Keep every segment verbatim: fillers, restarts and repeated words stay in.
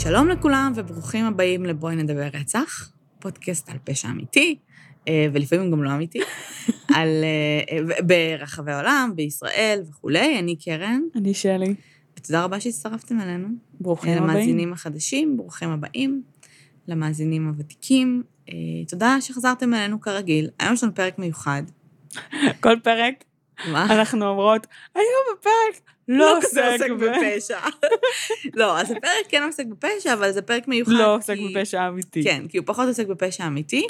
שלום לכולם וברוכים הבאים לבואי נדבר רצח, פודקאסט על פשע אמיתי, ולפעמים גם לא אמיתי, על, ברחבי העולם, בישראל וכולי. אני קרן. אני שלי. ותודה רבה שהצטרפתם אלינו. ברוכים הבאים. למאזינים החדשים, ברוכים הבאים. למאזינים הוותיקים. תודה שחזרתם אלינו כרגיל. היום יש לנו פרק מיוחד. כל פרק מה? אנחנו אומרות, היום בפרק לא עוסק בפשע. לא, אז הפרק כן עוסק בפשע, אבל זה פרק מיוחד. לא עוסק בפשע אמיתי. כן, כי הוא פחות עוסק בפשע אמיתי.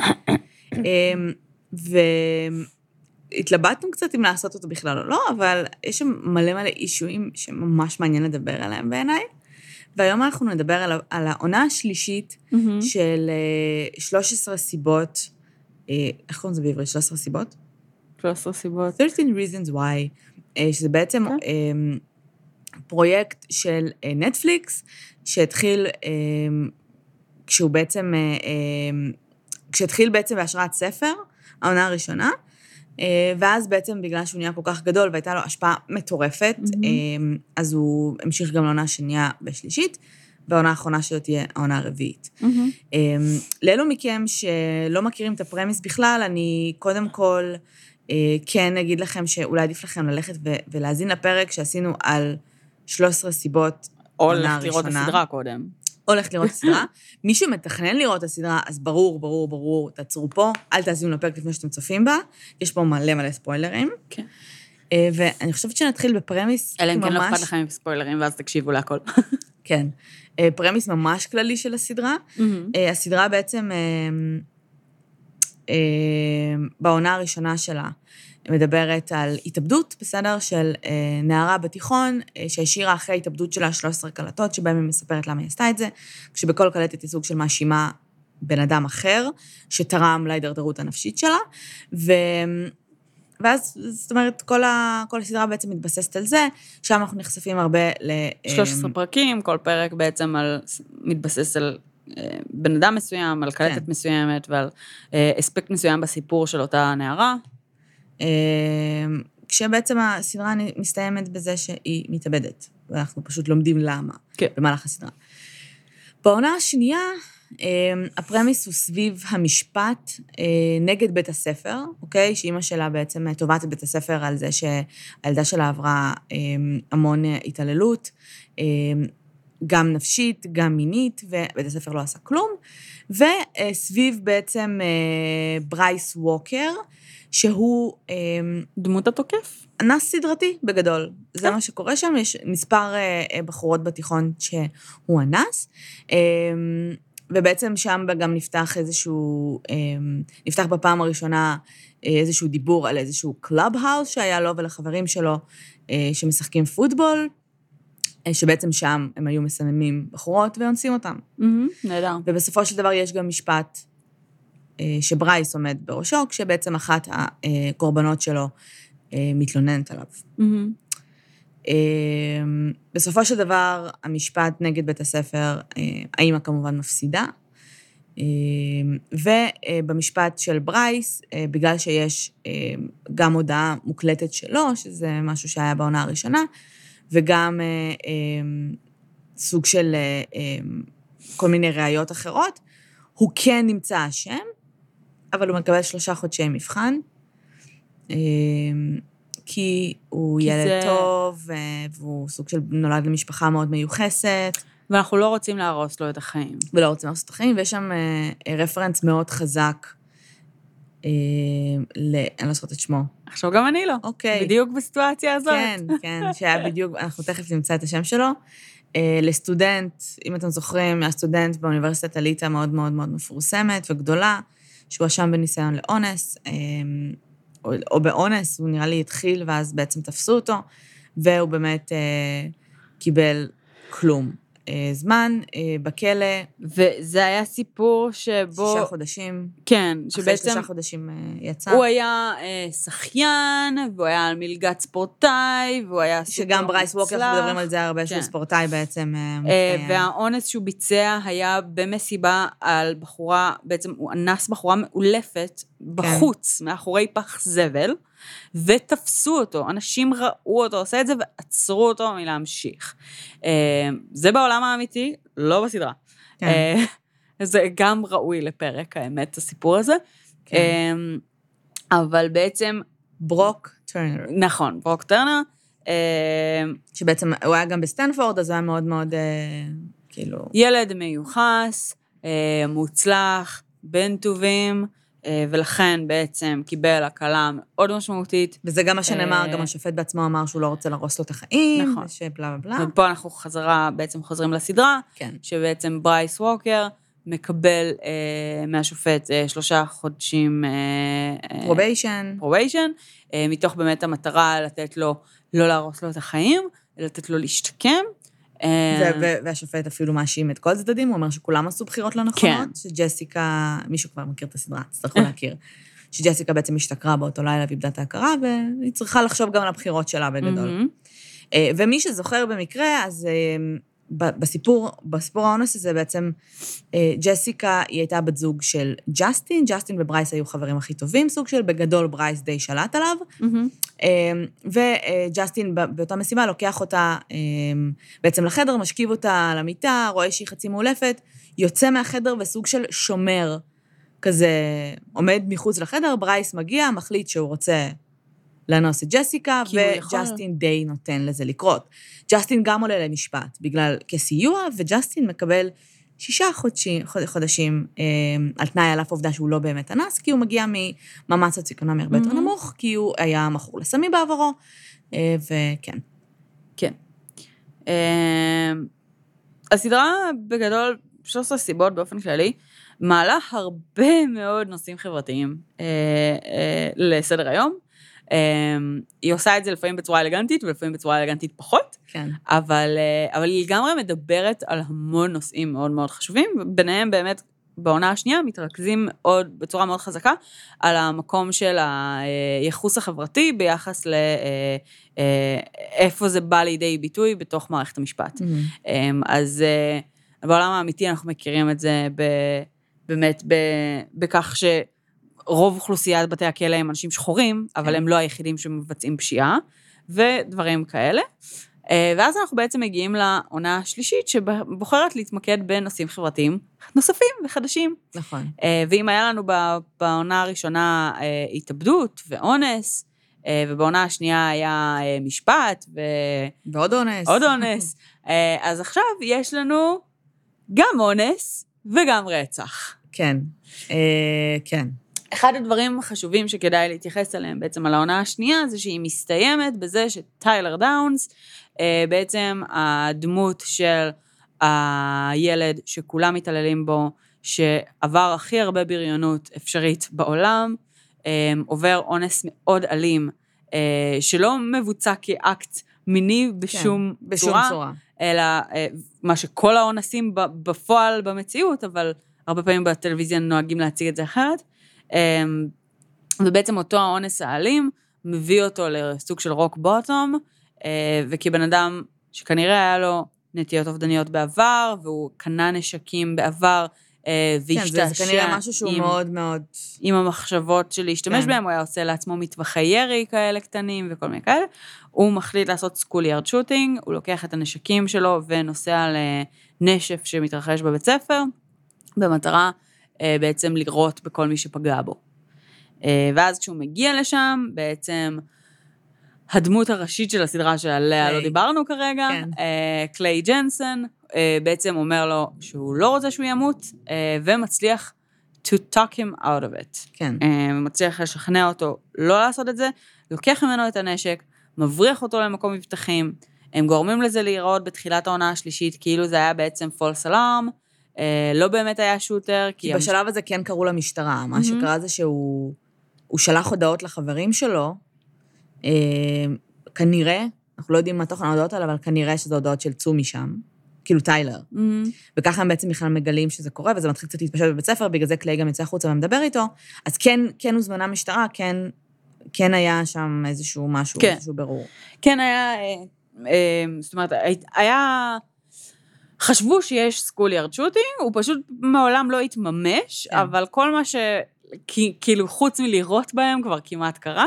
והתלבטנו קצת אם לעשות אותו בכלל או לא, אבל יש שם מלא מלא אישויים שממש מעניין לדבר עליהם בעיניי. והיום אנחנו נדבר על, על העונה השלישית של שלוש עשרה סיבות, איך קוראים לזה בעברית? שלוש עשרה סיבות? שלוש עשרה סיבות. שלוש עשרה reasons why, שזה בעצם okay. פרויקט של נטפליקס, שהתחיל, כשהוא בעצם, כשהתחיל בעצם בהשראת ספר, העונה הראשונה, ואז בעצם בגלל שהוא נהיה כל כך גדול, והייתה לו השפעה מטורפת, mm-hmm. אז הוא המשיך גם לעונה השנייה בשלישית, והעונה האחרונה שלו תהיה העונה הרביעית. Mm-hmm. לאלו מכם שלא מכירים את הפרמיס בכלל, אני קודם כל, כן אגיד לכם שאולי עדיף לכם ללכת ולהזין לפרק שעשינו על שלוש עשרה סיבות עונה הראשונה. או ללכת לראות הסדרה קודם. או ללכת לראות הסדרה. מישהו מתכנן לראות הסדרה, אז ברור, ברור, ברור, תעצרו פה, אל תאזינו לפרק לפני שאתם צופים בה, יש פה מלא מלא ספוילרים. כן. ואני חושבת שנתחיל בפרמיס ממש... אלא אם כן לא אכפת לכם עם ספוילרים, ואז תקשיבו להכל. כן. פרמיס ממש כללי של הסדרה. הסדרה בעצם... בעונה הראשונה שלה, מדברת על התאבדות, בסדר, של נערה בתיכון, שהשאירה אחרי התאבדות שלה שלוש עשרה קלטות, שבהם היא מספרת למה היא עשתה את זה, כשבכל קלטת היא סוג של מאשימה בן אדם אחר, שתרם להידרדרות הנפשית שלה, ו... ואז, זאת אומרת, כל, ה... כל הסדרה בעצם מתבססת על זה, שם אנחנו נחשפים הרבה ל... שלוש עשרה פרקים, כל פרק בעצם על... מתבסס על... בן אדם מסוים, על קלטת כן. מסוימת, ועל אספקט מסוים בסיפור של אותה נערה. כשבעצם הסדרה מסתיימת בזה שהיא מתאבדת, ואנחנו פשוט לומדים למה, כן. במהלך הסדרה. בעונה השנייה, הפרמיס הוא סביב המשפט נגד בית הספר, אוקיי? שאמא שלה בעצם תובעת את בית הספר על זה שהילדה שלה עברה המון התעללות, גם נפשית, גם מינית, ובית הספר לא עשה כלום, וסביב בעצם ברייס ווקר, שהוא... דמות התוקף. אנס סדרתי בגדול. זה מה שקורה שם, יש מספר בחורות בתיכון שהוא אנס, ובעצם שם גם נפתח איזשהו, נפתח בפעם הראשונה איזשהו דיבור על איזשהו קלאב האוס שהיה לו ולחברים שלו שמשחקים פוטבול, שבעצם שם הם היו מסנמים בחורות ואונסים אותם. נהדר. ובסופו של דבר יש גם משפט שברייס עומד בראשו, כשבעצם אחת הקורבנות שלו מתלוננת עליו. בסופו של דבר, המשפט נגד בית הספר, האמא כמובן מפסידה, ובמשפט של ברייס, בגלל שיש גם הודעה מוקלטת שלו, שזה משהו שהיה בעונה הראשונה, וגם סוג של כל מיני ראיות אחרות, הוא כן נמצא אשם, אבל הוא מקבל שלושה חודשי מבחן, כי הוא כי ילד זה... טוב, והוא סוג של נולד למשפחה מאוד מיוחסת. ואנחנו לא רוצים להרוס לו את החיים. ולא רוצים להרוס את החיים, ויש שם רפרנס מאוד חזק, ל... אני לא זוכרת את שמו. עכשיו גם אני לא. אוקיי. בדיוק בסיטואציה הזאת. כן, כן, שהיה בדיוק, אנחנו תכף נמצא את השם שלו, לסטודנט, אם אתם זוכרים, הסטודנט באוניברסיטת הליטה מאוד מאוד מאוד מפורסמת וגדולה, שהוא אשם בניסיון לאונס, או, או באונס, הוא נראה לי התחיל, ואז בעצם תפסו אותו, והוא באמת אה, קיבל כלום. אה, זמן אה, בכלא. וזה היה סיפור שבו... שישה חודשים. כן, שבעצם... אחרי שישה חודשים אה, יצא. הוא היה אה, שחיין, והוא היה על מלגת ספורטאי, והוא היה סופר שגם ברייס ווקר, אנחנו מדברים על זה הרבה, כן. שהוא ספורטאי בעצם. אה, אה, והאונס שהוא ביצע היה במסיבה על בחורה, בעצם הוא אנס בחורה מאולפת, בחוץ, כן. מאחורי פח זבל, ותפסו אותו, אנשים ראו אותו, עושה את זה ועצרו אותו מלהמשיך. זה בעולם האמיתי, לא בסדרה. כן. זה גם ראוי לפרק, האמת, הסיפור הזה. כן. אבל בעצם... ברוק טרנר. נכון, ברוק טרנר. שבעצם הוא היה גם בסטנפורד, אז הוא היה מאוד מאוד, כאילו... ילד מיוחס, מוצלח, בן טובים, ולכן בעצם קיבל הקלה מאוד משמעותית. וזה גם מה שנאמר, גם השופט בעצמו אמר שהוא לא רוצה להרוס לו את החיים, נכון. ושבלה ובלה. ופה אנחנו חזרה, בעצם חוזרים לסדרה, כן. שבעצם ברייס ווקר מקבל אה, מהשופט אה, שלושה חודשים... פרוביישן. פרוביישן, אה, מתוך באמת המטרה לתת לו, לא להרוס לו את החיים, לתת לו להשתקם. והשופט אפילו מאשים את כל הצדדים, הוא אומר שכולם עשו בחירות לא נכונות, שג'סיקה, מישהו כבר מכיר את הסדרה, תצטרכו להכיר, שג'סיקה בעצם השתכרה באותו לילה ואיבדה את ההכרה, והיא צריכה לחשוב גם על הבחירות שלה בגדול. ומי שזוכר במקרה, אז בסיפור, בסיפור האונס הזה בעצם, ג'סיקה היא הייתה בת זוג של ג'סטין, ג'סטין וברייס היו חברים הכי טובים, סוג של בגדול ברייס די שלט עליו, וג'סטין באותה מסיבה לוקח אותה בעצם לחדר, משכיב אותה למיטה, רואה שהיא חצי מעולפת, יוצא מהחדר וסוג של שומר, כזה עומד מחוץ לחדר, ברייס מגיע, מחליט שהוא רוצה לאנוס את ג'סיקה, וג'סטין די נותן לזה לקרות. ג'סטין גם עולה למשפט, בגלל כסיוע, וג'סטין מקבל שישה חודשים, חודשים אה, על תנאי על אף עובדה שהוא לא באמת אנס, כי הוא מגיע ממאמץ סוציו-אקונומי הרבה יותר נמוך, כי הוא היה מכור לסמים בעברו, אה, וכן. כן. אה, הסדרה בגדול, שלוש עשרה סיבות באופן כללי, מעלה הרבה מאוד נושאים חברתיים אה, אה, לסדר היום, היא עושה את זה לפעמים בצורה אלגנטית, ולפעמים בצורה אלגנטית פחות, כן. אבל, אבל היא לגמרי מדברת על המון נושאים מאוד מאוד חשובים, וביניהם באמת בעונה השנייה מתרכזים עוד בצורה מאוד חזקה, על המקום של הייחוס החברתי, ביחס לאיפה זה בא לידי ביטוי בתוך מערכת המשפט. Mm-hmm. אז בעולם האמיתי אנחנו מכירים את זה באמת בכך ש... רוב אוכלוסיית בתי הכלא הם אנשים שחורים, אבל הם לא היחידים שמבצעים פשיעה, ודברים כאלה. ואז אנחנו בעצם מגיעים לעונה השלישית, שבוחרת להתמקד בנושאים חברתיים נוספים וחדשים. נכון. ואם היה לנו בעונה הראשונה התאבדות ואונס, ובעונה השנייה היה משפט, ו... ועוד אונס. עוד אונס. אז עכשיו יש לנו גם אונס וגם רצח. כן, כן. אחד הדברים החשובים שכדאי להתייחס אליהם בעצם על העונה השנייה, זה שהיא מסתיימת בזה שטיילר דאונס, בעצם הדמות של הילד שכולם מתעללים בו, שעבר הכי הרבה בריונות אפשרית בעולם, עובר אונס מאוד אלים, שלא מבוצע כאקט מיני בשום, כן, בשום צורה, צורה, אלא מה שכל האונסים בפועל במציאות, אבל הרבה פעמים בטלוויזיה נוהגים להציג את זה אחרת, ובעצם אותו האונס האלים מביא אותו לסוג של רוק בוטום, וכבן אדם שכנראה היה לו נטיות אובדניות בעבר, והוא קנה נשקים בעבר, והשתעשע. כן, זה כנראה משהו שהוא מאוד מאוד... עם המחשבות של להשתמש בהם, הוא היה עושה לעצמו מטווחי ירי כאלה קטנים וכל מיני כאלה. הוא מחליט לעשות סקוליארד שוטינג, הוא לוקח את הנשקים שלו ונוסע לנשף שמתרחש בבית ספר, במטרה בעצם לראות בכל מי שפגע בו. ואז כשהוא מגיע לשם, בעצם הדמות הראשית של הסדרה שעליה לא דיברנו כרגע, כן. קליי ג'נסון, בעצם אומר לו שהוא לא רוצה שהוא ימות, ומצליח to talk him out of it. כן. מצליח לשכנע אותו לא לעשות את זה, לוקח ממנו את הנשק, מבריח אותו למקום מבטחים, הם גורמים לזה להיראות בתחילת העונה השלישית, כאילו זה היה בעצם false alarm, לא באמת היה שוטר. כי, כי בשלב הזה כן קראו למשטרה, מה שקרה זה שהוא הוא שלח הודעות לחברים שלו, כנראה, אנחנו לא יודעים מה תוכן ההודעות האלה, אבל כנראה שזה הודעות של צו משם, כאילו טיילר. וככה הם בעצם בכלל מגלים שזה קורה, וזה מתחיל קצת להתפשט בבית ספר, בגלל זה קליי גם יצא החוצה ומדבר איתו, אז כן, כן הוזמנה משטרה, כן, כן היה שם איזשהו משהו, כן. איזשהו ברור. כן היה, זאת אומרת, היה... חשבו שיש סקוליארד שוטינג, הוא פשוט מעולם לא התממש, כן. אבל כל מה ש... כאילו חוץ מלראות בהם כבר כמעט קרה,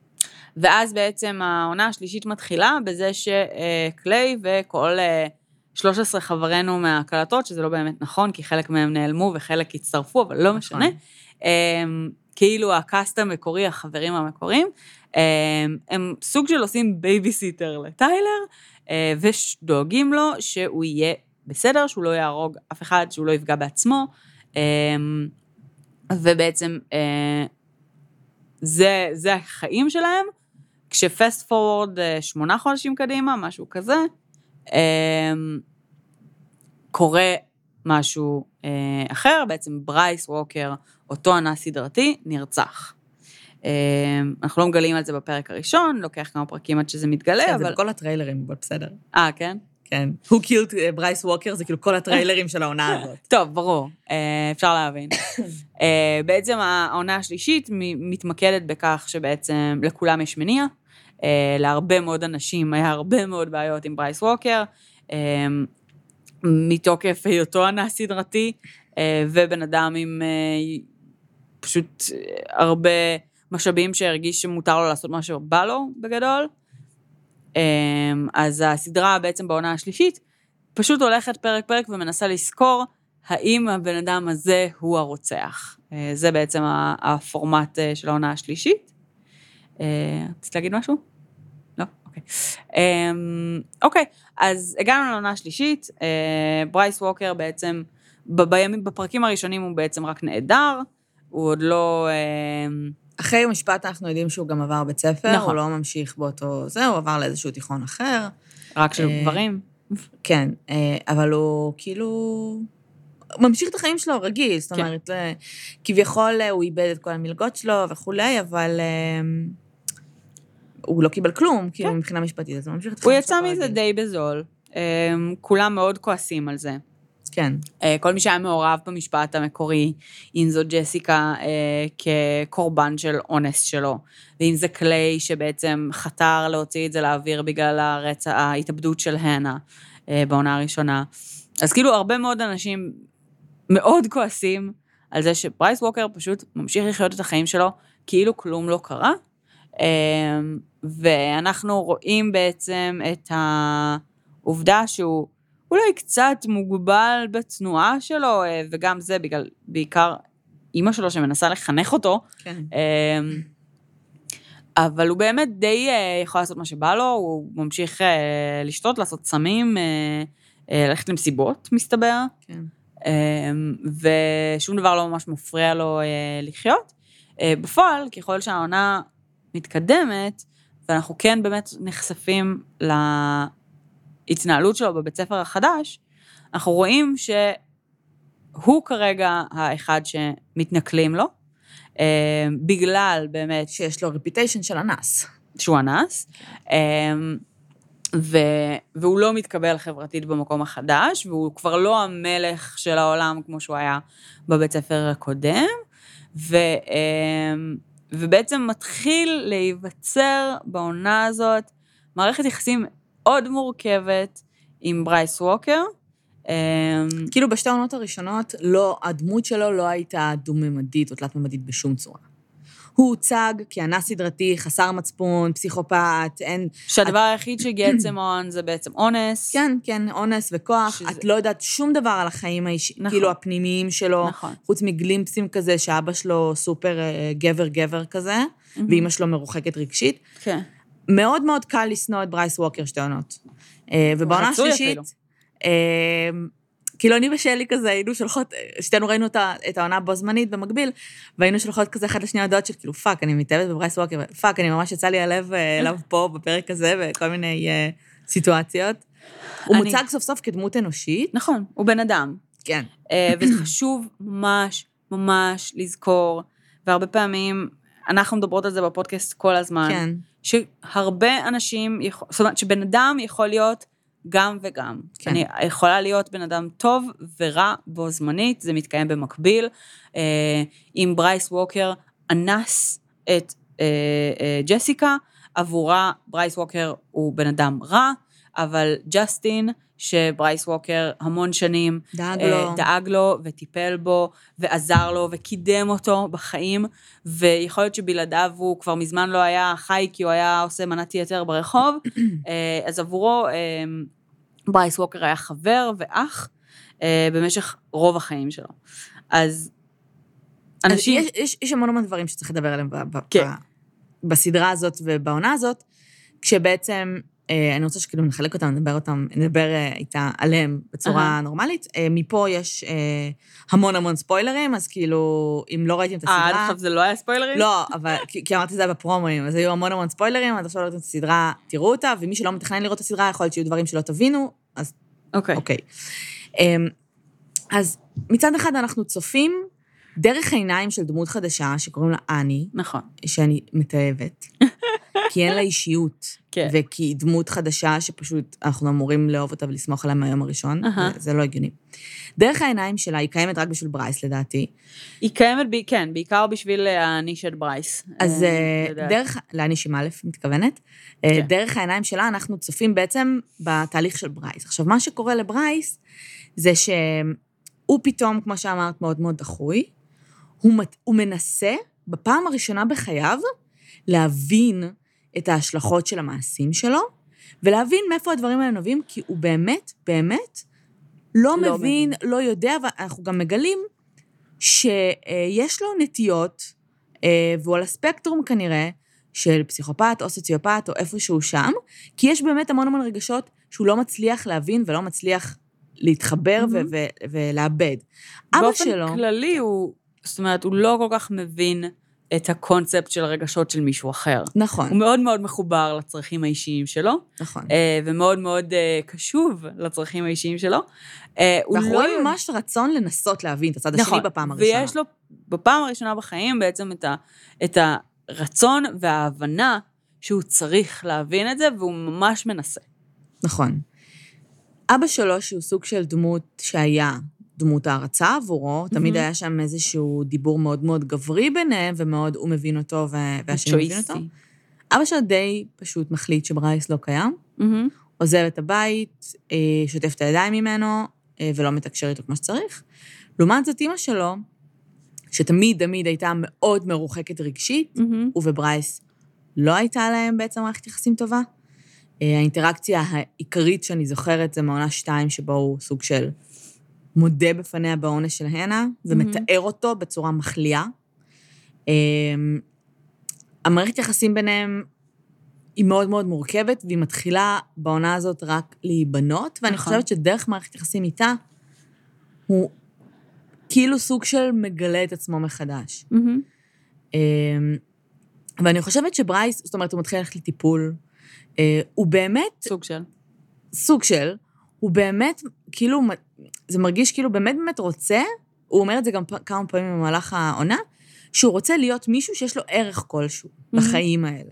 ואז בעצם העונה השלישית מתחילה בזה שקליי וכל שלושה עשר חברינו מהקלטות, שזה לא באמת נכון, כי חלק מהם נעלמו וחלק הצטרפו, אבל לא משנה. כאילו הקאסט המקורי, החברים המקוריים, הם סוג של עושים בייביסיטר לטיילר, ודואגים לו שהוא יהיה בסדר, שהוא לא יהרוג אף אחד, שהוא לא יפגע בעצמו, ובעצם זה, זה החיים שלהם, כשפסט פורוורד שמונה חודשים קדימה, משהו כזה, קורה משהו אחר, בעצם ברייס ווקר, אותו ענה סדרתי, נרצח. אנחנו לא מגלים על זה בפרק הראשון, לוקח כמה פרקים עד שזה מתגלה, אבל... זה בכל הטריילרים, אבל בסדר. אה, כן? כן. Who killed ברייס ווקר, זה כאילו כל הטריילרים של העונה הזאת. טוב, ברור, אפשר להבין. בעצם העונה השלישית מתמקדת בכך שבעצם לכולם יש מניע, להרבה מאוד אנשים היה הרבה מאוד בעיות עם ברייס ווקר, מתוקף היותו ענה סדרתי, ובן אדם עם פשוט הרבה משאבים שהרגיש שמותר לו לעשות מה שבא לו בגדול. אז הסדרה בעצם בעונה השלישית, פשוט הולכת פרק פרק ומנסה לזכור האם הבן אדם הזה הוא הרוצח. זה בעצם הפורמט של העונה השלישית. רצית להגיד משהו? לא? אוקיי. אוקיי, אז הגענו לעונה השלישית, ברייס ווקר בעצם, בימים, בפרקים הראשונים הוא בעצם רק נעדר, הוא עוד לא... אחרי המשפט אנחנו יודעים שהוא גם עבר בית ספר, נכון. הוא לא ממשיך באותו זה, הוא עבר לאיזשהו תיכון אחר. רק של גברים. כן, אבל הוא כאילו... ממשיך את החיים שלו רגיל, זאת אומרת, כן. כביכול הוא איבד את כל המלגות שלו וכולי, אבל הוא לא קיבל כלום, כאילו כן. מבחינה משפטית, אז הוא ממשיך את החיים שלו רגיל. הוא יצא מזה די בזול, כולם מאוד כועסים על זה. כן. כל מי שהיה מעורב במשפט המקורי, אם זו ג'סיקה כקורבן של אונס שלו, ואם זה קליי שבעצם חתר להוציא את זה לאוויר בגלל הרצע, ההתאבדות של הנה בעונה הראשונה. אז כאילו הרבה מאוד אנשים מאוד כועסים על זה שברייס ווקר פשוט ממשיך לחיות את החיים שלו, כאילו כלום לא קרה, ואנחנו רואים בעצם את העובדה שהוא אולי קצת מוגבל בתנועה שלו, וגם זה בגלל, בעיקר אמא שלו שמנסה לחנך אותו, כן. אבל הוא באמת די יכול לעשות מה שבא לו, הוא ממשיך לשתות, לעשות סמים, ללכת למסיבות, מסתבר, כן. ושום דבר לא ממש מפריע לו לחיות. בפועל, ככל שהעונה מתקדמת, ואנחנו כן באמת נחשפים להתנהלות שלו בבית ספר החדש, אנחנו רואים שהוא כרגע האחד שמתנכלים לו, בגלל באמת... שיש לו רפיטיישן של אנס. שהוא אנס, ו... והוא לא מתקבל חברתית במקום החדש, והוא כבר לא המלך של העולם כמו שהוא היה בבית ספר הקודם, ו... ובעצם מתחיל להיווצר בעונה הזאת מערכת יחסים מאוד מורכבת עם ברייס ווקר. כאילו בשתי העונות הראשונות, לא, הדמות שלו לא הייתה דו-ממדית או תלת-ממדית בשום צורה. הוא הוצג כאנס סדרתי, חסר מצפון, פסיכופת, אין... שהדבר היחיד שהגיע עצמון זה בעצם אונס. כן, כן, אונס וכוח. את לא יודעת שום דבר על החיים האישיים, כאילו הפנימיים שלו, חוץ מגלימפסים כזה, שאבא שלו סופר גבר-גבר כזה, ואמא שלו מרוחקת רגשית. כן. מאוד מאוד קל לסנוע את ברייס ווקר שתי עונות. ובעונה השלישית... כאילו אני ושלי כזה, היינו שולחות, שתינו ראינו את העונה בו זמנית במקביל, והיינו שולחות כזה אחד לשני הדעות של כאילו, פאק, אני מתאהבת בברייס ווקר, פאק, אני ממש יצא לי הלב אליו פה בפרק הזה, וכל מיני סיטואציות. הוא מוצג סוף סוף כדמות אנושית. נכון, הוא בן אדם. כן. וזה חשוב ממש, ממש לזכור, והרבה פעמים, אנחנו מדברות על זה בפודקאסט כל הזמן, כן. שהרבה אנשים, זאת אומרת, שבן אדם יכול להיות גם וגם. כן. אני יכולה להיות בן אדם טוב ורע בו זמנית, זה מתקיים במקביל. אם ברייס ווקר אנס את ג'סיקה, עבורה ברייס ווקר הוא בן אדם רע, אבל ג'סטין, שברייס ווקר המון שנים דאג לו. דאג לו וטיפל בו ועזר לו וקידם אותו בחיים, ויכול להיות שבלעדיו הוא כבר מזמן לא היה חי, כי הוא היה עושה מנת יתר ברחוב, אז עבורו ברייס ווקר היה חבר ואח אה, במשך רוב החיים שלו. אז אנשים... יש, יש, יש המון המון דברים שצריך לדבר עליהם ב, ב, כן. ב, בסדרה הזאת ובעונה הזאת, כשבעצם, אה, אני רוצה שכאילו נחלק אותם, נדבר אותם, נדבר אה, איתה עליהם בצורה uh-huh. נורמלית. אה, מפה יש אה, המון המון ספוילרים, אז כאילו, אם לא ראיתם את הסדרה... אה, עד עכשיו זה לא היה ספוילרים? לא, אבל, כי, כי אמרתי את זה בפרומואים, אז היו המון המון ספוילרים, אז עכשיו לא ראיתם את הסדרה, תראו אותה, ומי שלא מתכנן לראות את הסדרה, יכול להיות שיהיו דברים שלא תבינו, אז... אוקיי. Okay. אוקיי. Okay. אז מצד אחד אנחנו צופים דרך העיניים של דמות חדשה, שקוראים לה אני. נכון. שאני מתאהבת. כי אין לה אישיות. כן. וכי היא דמות חדשה שפשוט אנחנו אמורים לאהוב אותה ולסמוך עליה מהיום הראשון. Uh-huh. זה לא הגיוני. דרך העיניים שלה, היא קיימת רק בשביל ברייס, לדעתי. היא קיימת, כן, בעיקר בשביל אני של ברייס. אז דרך, לאני עם א', מתכוונת, כן. דרך העיניים שלה, אנחנו צופים בעצם בתהליך של ברייס. עכשיו, מה שקורה לברייס, זה שהוא פתאום, כמו שאמרת, מאוד מאוד דחוי, הוא, הוא מנסה, בפעם הראשונה בחייו, להבין את ההשלכות של המעשים שלו, ולהבין מאיפה הדברים האלה נובעים, כי הוא באמת, באמת, לא, לא מבין, מבין, לא יודע, ואנחנו גם מגלים שיש לו נטיות, והוא על הספקטרום כנראה, של פסיכופת או סוציופת או איפשהו שם, כי יש באמת המון המון רגשות שהוא לא מצליח להבין ולא מצליח להתחבר mm-hmm. ו- ו- ולאבד. אבא שלו... באופן כללי הוא, זאת אומרת, הוא לא כל כך מבין את הקונספט של הרגשות של מישהו אחר. נכון. הוא מאוד מאוד מחובר לצרכים האישיים שלו. נכון. ומאוד מאוד קשוב לצרכים האישיים שלו. ואנחנו רואים ממש רצון לנסות להבין את הצד השני בפעם הראשונה. ויש לו בפעם הראשונה בחיים בעצם את ה... את ה רצון וההבנה שהוא צריך להבין את זה, והוא ממש מנסה. נכון. אבא שלו, שהוא סוג של דמות שהיה דמות הערצה עבורו, mm-hmm. תמיד היה שם איזשהו דיבור מאוד מאוד גברי ביניהם, ומאוד הוא מבין אותו, והשני מבין אותו. אבא שלו די פשוט מחליט שברייס לא קיים, mm-hmm. עוזב את הבית, שוטף את הידיים ממנו, ולא מתקשר איתו כמו שצריך. לעומת זאת, אמא שלו, שתמיד תמיד הייתה מאוד מרוחקת רגשית, mm-hmm. ובברייס לא הייתה להם בעצם מערכת יחסים טובה. האינטראקציה העיקרית שאני זוכרת זה מעונה שתיים, שבו הוא סוג של מודה בפניה בעונש של הנה, mm-hmm. ומתאר אותו בצורה מחליאה. המערכת יחסים ביניהם היא מאוד מאוד מורכבת, והיא מתחילה בעונה הזאת רק להיבנות, ואני נכון. חושבת שדרך מערכת יחסים איתה, הוא... כאילו סוג של מגלה את עצמו מחדש. Mm-hmm. ואני חושבת שברייס, זאת אומרת, הוא מתחיל ללכת לטיפול, הוא באמת... סוג של. סוג של, הוא באמת, כאילו, זה מרגיש כאילו באמת באמת רוצה, הוא אומר את זה גם כמה פעמים במהלך העונה, שהוא רוצה להיות מישהו שיש לו ערך כלשהו mm-hmm. בחיים האלה.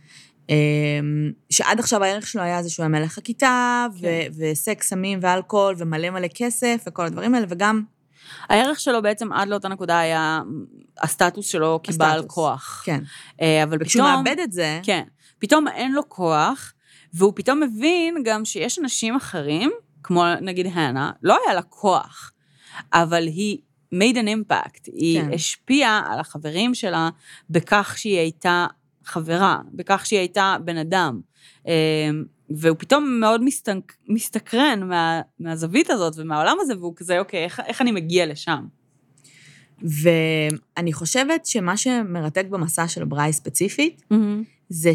שעד עכשיו הערך שלו היה זה שהוא היה מלך הכיתה, okay. ו- וסקס, סמים ואלכוהול, ומלא מלא כסף, וכל הדברים האלה, וגם... הערך שלו בעצם עד לאותה נקודה היה, הסטטוס שלו כבעל כוח. כן. אבל פתאום... כשהוא מאבד את זה... כן. פתאום אין לו כוח, והוא פתאום מבין גם שיש אנשים אחרים, כמו נגיד הנה, לא היה לה כוח, אבל היא made an impact, היא כן. השפיעה על החברים שלה, בכך שהיא הייתה חברה, בכך שהיא הייתה בן אדם. והוא פתאום מאוד מסתק, מסתקרן מה, מהזווית הזאת ומהעולם הזה, והוא כזה, אוקיי, איך, איך אני מגיע לשם? ואני חושבת שמה שמרתק במסע של ברייס ספציפית, mm-hmm. זה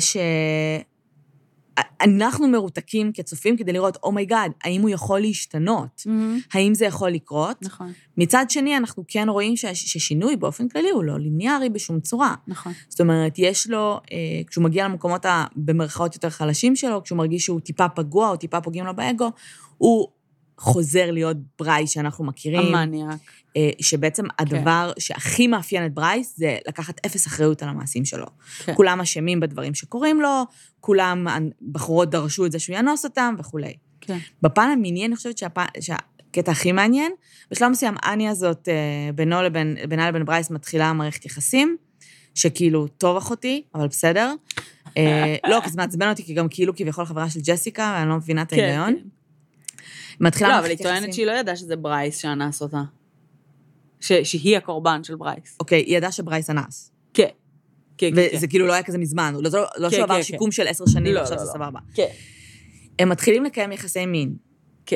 שאנחנו מרותקים כצופים כדי לראות, אומייגאד, האם הוא יכול להשתנות? Mm-hmm. האם זה יכול לקרות? נכון. מצד שני, אנחנו כן רואים ששינוי באופן כללי הוא לא ליניארי בשום צורה. נכון. זאת אומרת, יש לו, כשהוא מגיע למקומות במרכאות יותר חלשים שלו, כשהוא מרגיש שהוא טיפה פגוע או טיפה פוגעים לו באגו, הוא חוזר להיות ברייס שאנחנו מכירים. המניאק. שבעצם הדבר okay. שהכי מאפיין את ברייס, זה לקחת אפס אחריות על המעשים שלו. Okay. כולם אשמים בדברים שקורים לו, כולם בחורות דרשו את זה שהוא ינוס אותם וכו'. Okay. בפן המיני, אני חושבת שהפ... שהקטע הכי מעניין, בשלב מסוים, אני הזאת, בינו לבין, בינה לבין ברייס, מתחילה מערכת יחסים, שכאילו, טוב אחותי, אבל בסדר. לא, כי זה מעצבן אותי, כי גם כאילו כביכול חברה של ג'סיקה, ואני לא מבינה את ההיגיון. מתחילה לא, אבל היא טוענת שהיא לא ידעה שזה ברייס שאנס אותה. ש- שהיא הקורבן של ברייס. אוקיי, היא ידעה שברייס אנס. כן. וזה כאילו לא היה כזה מזמן, לא שהוא עבר שיקום של עשר שנים, עכשיו זה סבבה. כן. הם מתחילים לקיים יחסי מין, כן.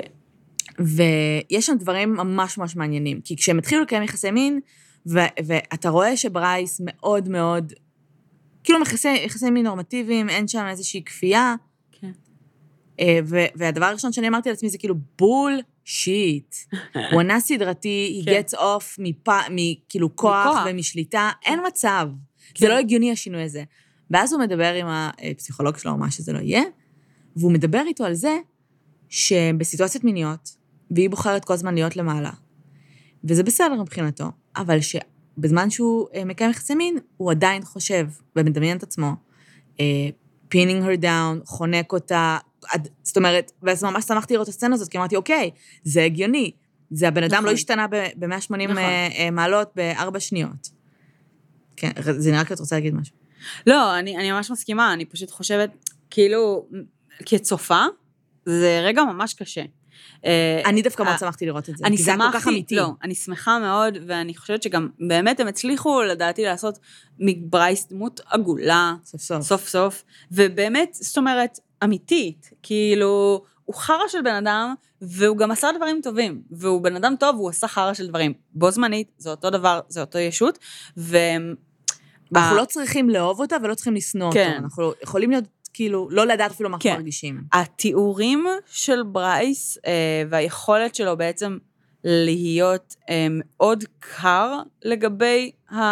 ויש שם דברים ממש ממש מעניינים, כי כשהם התחילו לקיים יחסי מין, ו- ואתה רואה שברייס מאוד מאוד, כאילו יחסי, יחסי מין נורמטיביים, אין שם איזושהי כפייה, כן. ו- והדבר הראשון שאני אמרתי לעצמי זה כאילו בול שיט. הוא ענה סדרתי, he gets off מפ- מכאילו כוח ומשליטה, אין מצב. זה לא הגיוני השינוי הזה. ואז הוא מדבר עם הפסיכולוג שלו, או מה שזה לא יהיה, והוא מדבר איתו על זה, שבסיטואציות מיניות, והיא בוחרת כל הזמן להיות למעלה, וזה בסדר מבחינתו, אבל שבזמן שהוא מקיים יחסי מין, הוא עדיין חושב, ומדמיין את עצמו, pinning her down, חונק אותה, זאת אומרת, ואז ממש שמחתי לראות את הסצנה הזאת, כי אמרתי, אוקיי, זה הגיוני, זה הבן אדם לא השתנה ב-מאה ושמונים מעלות בארבע שניות. כן, זה נראה כי את רוצה להגיד משהו. לא, אני, אני ממש מסכימה, אני פשוט חושבת, כאילו, כצופה, זה רגע ממש קשה. אני דווקא מאוד שמחתי לראות את זה, כי זה היה כל כך אמיתי. לא, אני שמחה מאוד, ואני חושבת שגם באמת הם הצליחו, לדעתי, לעשות מברייס דמות עגולה, סוף סוף. סוף סוף, ובאמת, זאת אומרת, אמיתית, כאילו, הוא חרא של בן אדם, והוא גם עשה דברים טובים, והוא בן אדם טוב, והוא עשה חרא של דברים. בו זמנית, זה אותו דבר, זה אותו ישות, ו... אנחנו לא צריכים לאהוב אותה, ולא צריכים לשנוא אותו. אנחנו יכולים להיות, כאילו, לא לדעת אפילו מה אנחנו מרגישים. התיאורים של ברייס, והיכולת שלו בעצם להיות מאוד קר לגבי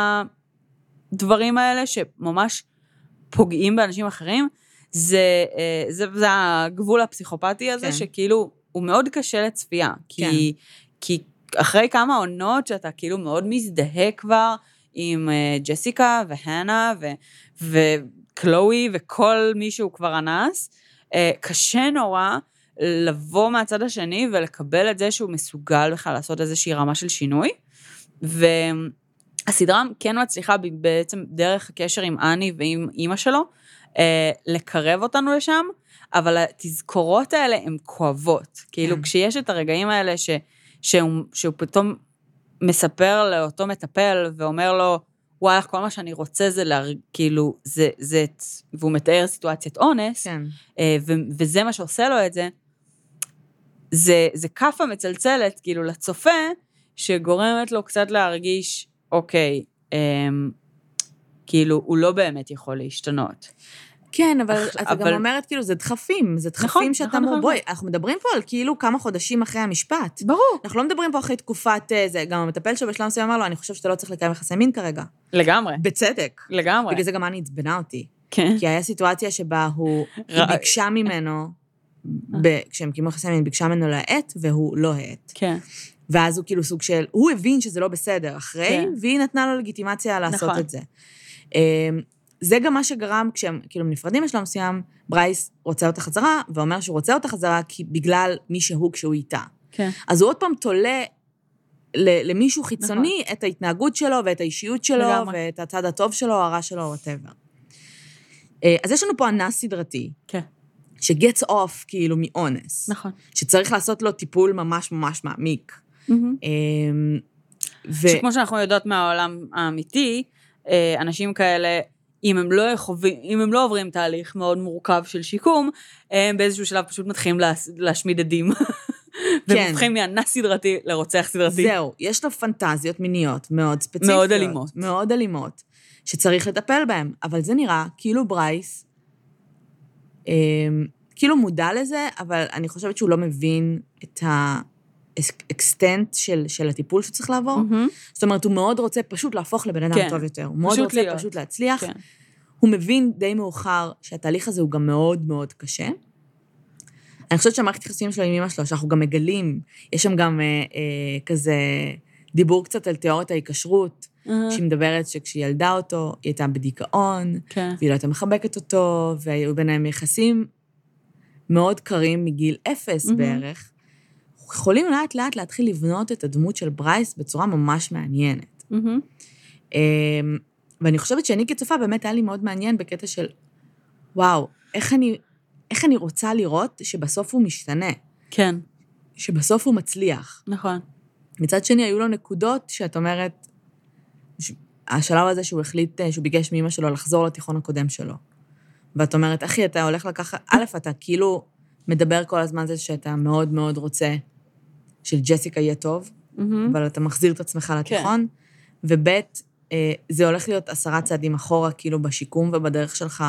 הדברים האלה, שממש פוגעים באנשים אחרים, זה, זה, זה הגבול הפסיכופתי הזה, כן. שכאילו הוא מאוד קשה לצפייה, כי, כן. כי אחרי כמה עונות שאתה כאילו מאוד מזדהה כבר עם ג'סיקה והנה ו, וקלואי וכל מי שהוא כבר אנס, קשה נורא לבוא מהצד השני ולקבל את זה שהוא מסוגל בכלל לעשות איזושהי רמה של שינוי, והסדרה כן מצליחה בעצם דרך הקשר עם אני ועם אמא שלו, לקרב אותנו לשם, אבל התזכורות האלה הן כואבות. כאילו, כשיש את הרגעים האלה ש, שהוא, שהוא פתאום מספר לאותו מטפל, ואומר לו, וואלה, כל מה שאני רוצה זה, לה, כאילו, זה, זה, והוא מתאר סיטואציית אונס, כן. ו, וזה מה שעושה לו את זה, זה, זה כפה מצלצלת, כאילו, לצופה, שגורמת לו קצת להרגיש, אוקיי, כאילו, הוא לא באמת יכול להשתנות. כן, אבל אתה גם אומרת, כאילו, זה דחפים, זה דחפים שאתה אמרו, בואי, אנחנו מדברים פה על כאילו כמה חודשים אחרי המשפט. ברור. אנחנו לא מדברים פה אחרי תקופת זה, גם המטפל שבשלב מסוים אמר לו, אני חושב שאתה לא צריך לקיים יחסי מין כרגע. לגמרי. בצדק. לגמרי. בגלל זה גם אני עצבנה אותי. כן. כי היה סיטואציה שבה הוא ביקשה ממנו, כשהם קיימו יחסי מין, ביקשה ממנו להעט, והוא לא העט. כן. ואז הוא כאילו סוג של, הוא הבין שזה לא בסדר אחרי, והיא נתנה לו לגיטימציה לעשות את זה. זה גם מה שגרם, כשהם כאילו נפרדים בשלב מסוים, ברייס רוצה אותה חזרה, ואומר שהוא רוצה אותה חזרה, כי בגלל מי שהוא כשהוא איתה. כן. אז הוא עוד פעם תולה למישהו חיצוני נכון. את ההתנהגות שלו, ואת האישיות שלו, לגמרי. ואת הצד הטוב שלו, הרע שלו, whatever. אז יש לנו פה אנס סדרתי, כן. שגets off כאילו מאונס. נכון. שצריך לעשות לו טיפול ממש ממש מעמיק. Mm-hmm. ו... שכמו שאנחנו יודעות מהעולם האמיתי, אנשים כאלה, אם הם לא חווים, אם הם לא עוברים תהליך מאוד מורכב של שיקום, הם באיזשהו שלב פשוט מתחילים להשמיד עדים. והם הופכים מאנס סדרתי לרוצח סדרתי. זהו, יש לו פנטזיות מיניות מאוד ספציפיות. מאוד אלימות. מאוד אלימות, שצריך לטפל בהם. אבל זה נראה כאילו ברייס, אה, כאילו מודע לזה, אבל אני חושבת שהוא לא מבין את האקסטנט של, של הטיפול שצריך לעבור. Mm-hmm. זאת אומרת, הוא מאוד רוצה פשוט להפוך לבן אדם כן. טוב יותר. הוא מאוד רוצה להיות. פשוט להצליח. כן. הוא מבין די מאוחר שהתהליך הזה הוא גם מאוד מאוד קשה. אני חושבת שהמערכת יחסים שלו עם אמא שלו, שאנחנו גם מגלים, יש שם גם אה, אה, כזה דיבור קצת על תיאוריית ההיקשרות, uh-huh. שהיא מדברת שכשהיא ילדה אותו, היא הייתה בדיכאון, okay. והיא לא הייתה מחבקת אותו, והיו ביניהם יחסים מאוד קרים מגיל אפס uh-huh. בערך. אנחנו יכולים לאט לאט להתחיל לבנות את הדמות של ברייס בצורה ממש מעניינת. Uh-huh. אה, ואני חושבת שאני כצופה באמת היה לי מאוד מעניין בקטע של, וואו, איך אני... איך אני רוצה לראות שבסוף הוא משתנה. כן. שבסוף הוא מצליח. נכון. מצד שני, היו לו נקודות שאת אומרת, השלב הזה שהוא החליט, שהוא ביקש מאמא שלו לחזור לתיכון הקודם שלו. ואת אומרת, אחי, אתה הולך לקחת, א', אתה כאילו מדבר כל הזמן זה שאתה מאוד מאוד רוצה של ג'סיקה יהיה טוב, Mm-hmm. אבל אתה מחזיר את עצמך לתיכון, וב' זה הולך להיות עשרה צעדים אחורה, כאילו בשיקום ובדרך שלך,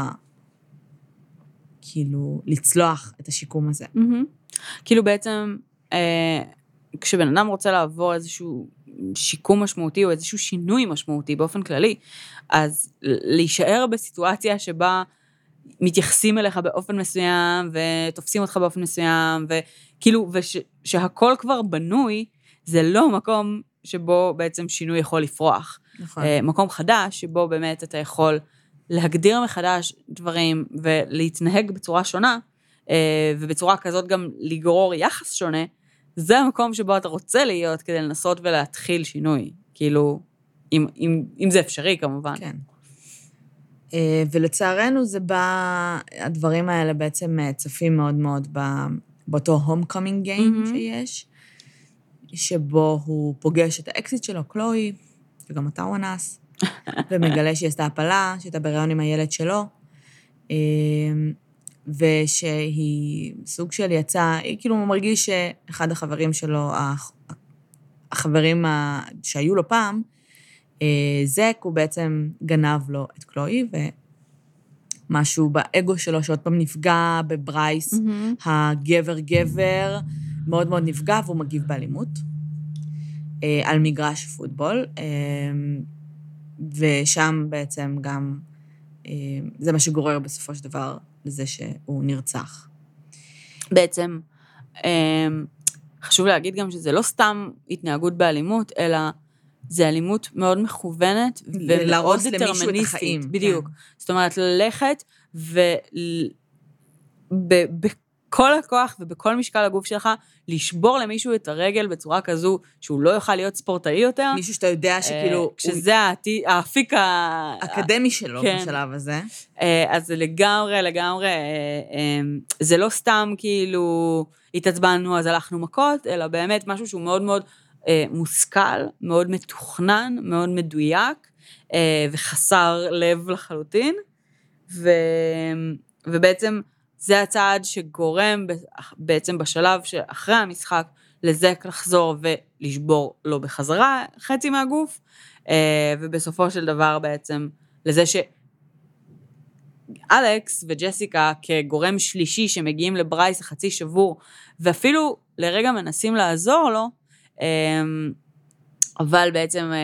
כאילו לצלוח את השיקום הזה. Mm-hmm. כאילו בעצם, אה, כשבן אדם רוצה לעבור איזשהו שיקום משמעותי, או איזשהו שינוי משמעותי באופן כללי, אז להישאר בסיטואציה שבה מתייחסים אליך באופן מסוים, ותופסים אותך באופן מסוים, וכאילו, ושהכל כבר בנוי, זה לא מקום שבו בעצם שינוי יכול לפרוח. נכון. מקום חדש, שבו באמת אתה יכול להגדיר מחדש דברים, ולהתנהג בצורה שונה, ובצורה כזאת גם לגרור יחס שונה, זה המקום שבו אתה רוצה להיות, כדי לנסות ולהתחיל שינוי. כאילו, אם, אם, אם זה אפשרי כמובן. כן. ולצערנו זה בא, הדברים האלה בעצם צפים מאוד מאוד באותו homecoming game mm-hmm. שיש, שבו הוא פוגש את האקסיט שלו, קלואי, וגם אותה הוא אנס, ומגלה שהיא עשתה הפלה, שהייתה בהיריון עם הילד שלו, ושהיא סוג של יצאה, כאילו הוא מרגיש שאחד החברים שלו, החברים שהיו לו פעם, זק הוא בעצם גנב לו את קלואי, ומשהו באגו שלו שעוד פעם נפגע בברייס, mm-hmm. הגבר גבר, מאוד מאוד נפגע, והוא מגיב באלימות, על מגרש פוטבול, ושם בעצם גם, זה מה שגורר בסופו של דבר, לזה שהוא נרצח. בעצם, חשוב להגיד גם שזה לא סתם התנהגות באלימות, אלא זה אלימות מאוד מכוונת, ומאוד דטרמיניסטית. בדיוק. כן. זאת אומרת, ללכת, ובכל הכוח ובכל משקל הגוף שלך, לשבור למישהו את הרגל בצורה כזו, שהוא לא יוכל להיות ספורטאי יותר. מישהו שאתה יודע שכאילו... כשזה האפיק האקדמי שלו בשלב הזה. אז לגמרי, לגמרי, זה לא סתם כאילו התעצבנו, אז הלכנו מכות, אלא באמת משהו שהוא מאוד מאוד מושכל, מאוד מתוכנן, מאוד מדויק, וחסר לב לחלוטין, ובעצם זה הצעד שגורם בעצם בשלב שאחרי המשחק, לזק לחזור ולשבור לו בחזרה חצי מהגוף, ובסופו של דבר בעצם לזה שאלכס וג'סיקה כגורם שלישי שמגיעים לברייס החצי שבור, ואפילו לרגע מנסים לעזור לו, אבל בעצם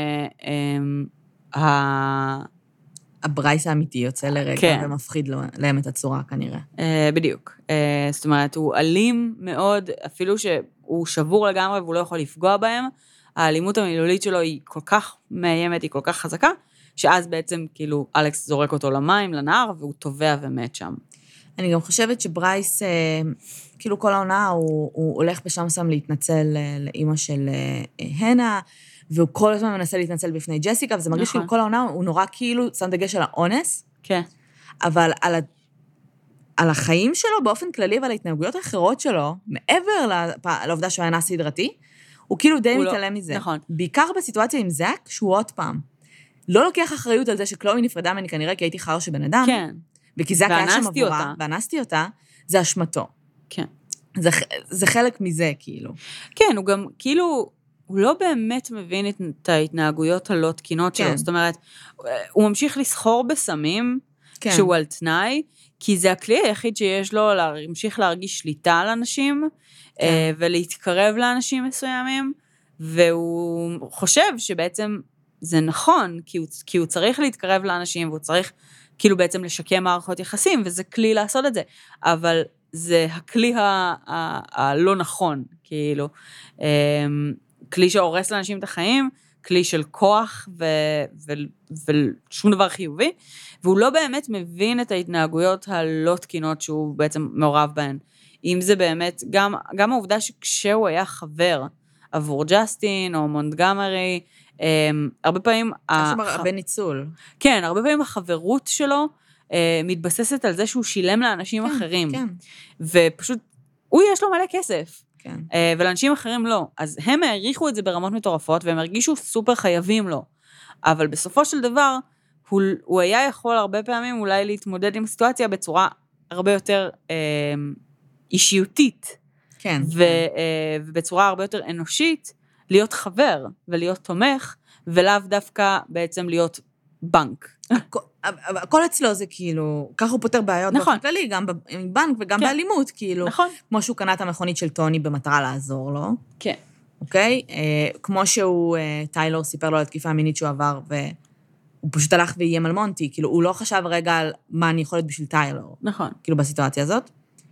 הברייס האמיתי יוצא לרגע ומפחיד להם את הצורה כנראה. בדיוק. זאת אומרת, הוא אלים מאוד, אפילו שהוא שבור לגמרי והוא לא יכול לפגוע בהם, האלימות המילולית שלו היא כל כך מאיימת, היא כל כך חזקה, שאז בעצם כאילו אלכס זורק אותו למים, לנהר, והוא טובע ומת שם. אני גם חושבת שברייס, כאילו כל העונה, הוא, הוא הולך בשם שם להתנצל לאמא של הנה, והוא כל הזמן מנסה להתנצל בפני ג'סיקה, וזה מרגיש כאילו כל העונה, הוא נורא כאילו שם דגש על האונס, כן. אבל על, ה, על החיים שלו באופן כללי, ועל ההתנהגויות האחרות שלו, מעבר לעובדה שהוא היה נס סדרתי, הוא כאילו די מתעלם מזה. נכון. בעיקר בסיטואציה עם זק, שהוא עוד פעם, לא לוקח אחריות על זה שקלואי נפרדה ממני, כנראה כי הייתי חר שבן אדם, כן. וכי זק היה שם עבורה, ואנסתי אותה, זה אשמתו. כן. זה, זה חלק מזה, כאילו. כן, הוא גם, כאילו, הוא לא באמת מבין את ההתנהגויות הלא תקינות שלו. כן. זאת אומרת, הוא ממשיך לסחור בסמים, כן. שהוא על תנאי, כי זה הכלי היחיד שיש לו להמשיך להרגיש שליטה על אנשים, כן. ולהתקרב לאנשים מסוימים, והוא חושב שבעצם זה נכון, כי הוא, כי הוא צריך להתקרב לאנשים, והוא צריך כאילו בעצם לשקם מערכות יחסים, וזה כלי לעשות את זה. אבל זה הכלי הלא נכון, כאילו. כלי שהורס לאנשים את החיים, כלי של כוח ו- ו- ושום דבר חיובי, והוא לא באמת מבין את ההתנהגויות הלא תקינות שהוא בעצם מעורב בהן. אם זה באמת, גם, גם העובדה שכשהוא היה חבר עבור ג'סטין או מונטגמרי, הרבה פעמים... יש שם הרבה ניצול. כן, הרבה פעמים החברות שלו מתבססת על זה שהוא שילם לאנשים כן, אחרים. כן. ופשוט, הוא יש לו מלא כסף. כן. ולאנשים אחרים לא. אז הם העריכו את זה ברמות מטורפות, והם הרגישו סופר חייבים לו. אבל בסופו של דבר, הוא, הוא היה יכול הרבה פעמים אולי להתמודד עם הסיטואציה בצורה הרבה יותר אה, אישיותית. כן. ו, ובצורה הרבה יותר אנושית, להיות חבר ולהיות תומך, ולאו דווקא בעצם להיות בנק. הכל אצלו זה כאילו, ככה הוא פותר בעיות באופן כללי, גם בבנק וגם באלימות, כאילו, כמו שהוא קנה את המכונית של טוני במטרה לעזור לו. כן. אוקיי? כמו שהוא, טיילור סיפר לו על התקיפה המינית שהוא עבר, והוא פשוט הלך ואיים על מונטי, כאילו, הוא לא חשב רגע על מה אני יכולת בשביל טיילור. נכון. כאילו, בסיטואציה הזאת.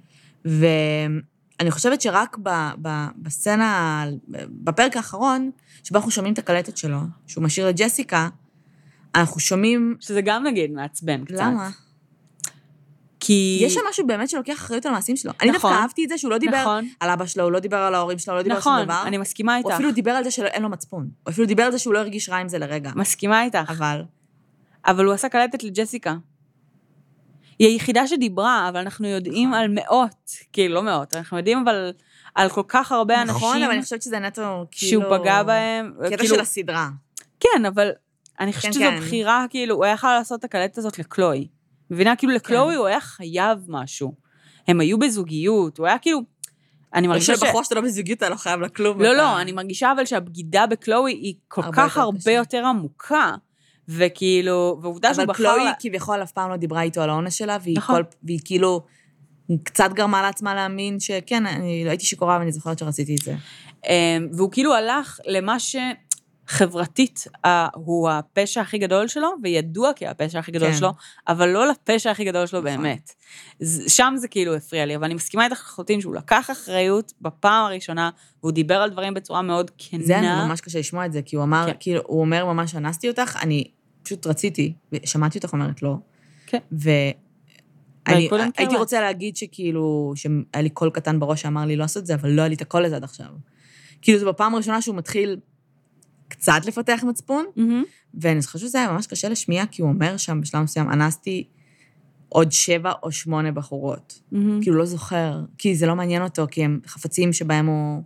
ואני חושבת שרק בסצנה, בפרק האחרון, שבה אנחנו שומעים את הקלטת שלו, שהוא משאיר לג'סיקה, אנחנו שומעים... שזה גם נגיד מעצבן קצת. למה? כי... יש שם משהו באמת שלוקח אחריות על המעשים שלו. אני דווקא אהבתי את זה שהוא לא דיבר על אבא שלו, הוא לא דיבר על ההורים שלו, הוא לא דיבר על שום דבר. נכון, אני מסכימה איתך. הוא אפילו דיבר על זה שאין לו מצפון. הוא אפילו דיבר על זה שהוא לא הרגיש רע עם זה לרגע. מסכימה איתך. אבל... אבל הוא עשה קלטת לג'סיקה. היא היחידה שדיברה, אבל אנחנו יודעים על מאות, כאילו לא מאות, אנחנו יודעים אבל על כל כך הרבה אנשים... נכון, אבל אני חושבת שזה נטו כאילו... שהוא פגע בהם. קטע של הסדרה. כן, אבל אני חושבת שזו בחירה, כאילו, הוא היה יכול לעשות את הקלטת הזאת לקלוי. מבינה, כאילו לקלוי הוא היה חייב משהו. הם היו בזוגיות, הוא היה כאילו... אני מרגישה ש... בחורה שאתה לא בזוגיות, אתה לא חייב לכלום. לא, לא, אני מרגישה אבל שהבגידה בקלוי היא כל כך הרבה יותר עמוקה, וכאילו, ועובדה שהוא בחר... אבל קלוי כביכול אף פעם לא דיברה איתו על העונש שלה, והיא כאילו קצת גרמה לעצמה להאמין שכן, אני לא הייתי שקורה, ואני זוכרת שרציתי את זה. והוא כאילו הלך למה ש... חברתית הוא הפשע הכי גדול שלו, וידוע כי הפשע הכי גדול שלו, אבל לא לפשע הכי גדול שלו באמת. שם זה כאילו הפריע לי, אבל אני מסכימה איתך לחלוטין שהוא לקח אחריות בפעם הראשונה, והוא דיבר על דברים בצורה מאוד כנה. זה אני ממש קשה לשמוע את זה, כי הוא אמר, כאילו, הוא אומר ממש אנסתי אותך, אני פשוט רציתי, ושמעתי אותך אומרת לא. כן. ואני הייתי רוצה להגיד שכאילו, שהיה לי קול קטן בראש שאמר לי לא לעשות את זה, אבל לא היה לי את הקול הזה עד עכשיו. כאילו, זה בפעם הראשונה שהוא מתחיל קצת לפתח מצפון, ואני חושבת שזה היה ממש קשה לשמיע, כי הוא אומר שם בשלב מסוים, אנסתי עוד שבע או שמונה בחורות. כאילו לא זוכר, כי זה לא מעניין אותו, כי הם חפצים שבהם הוא...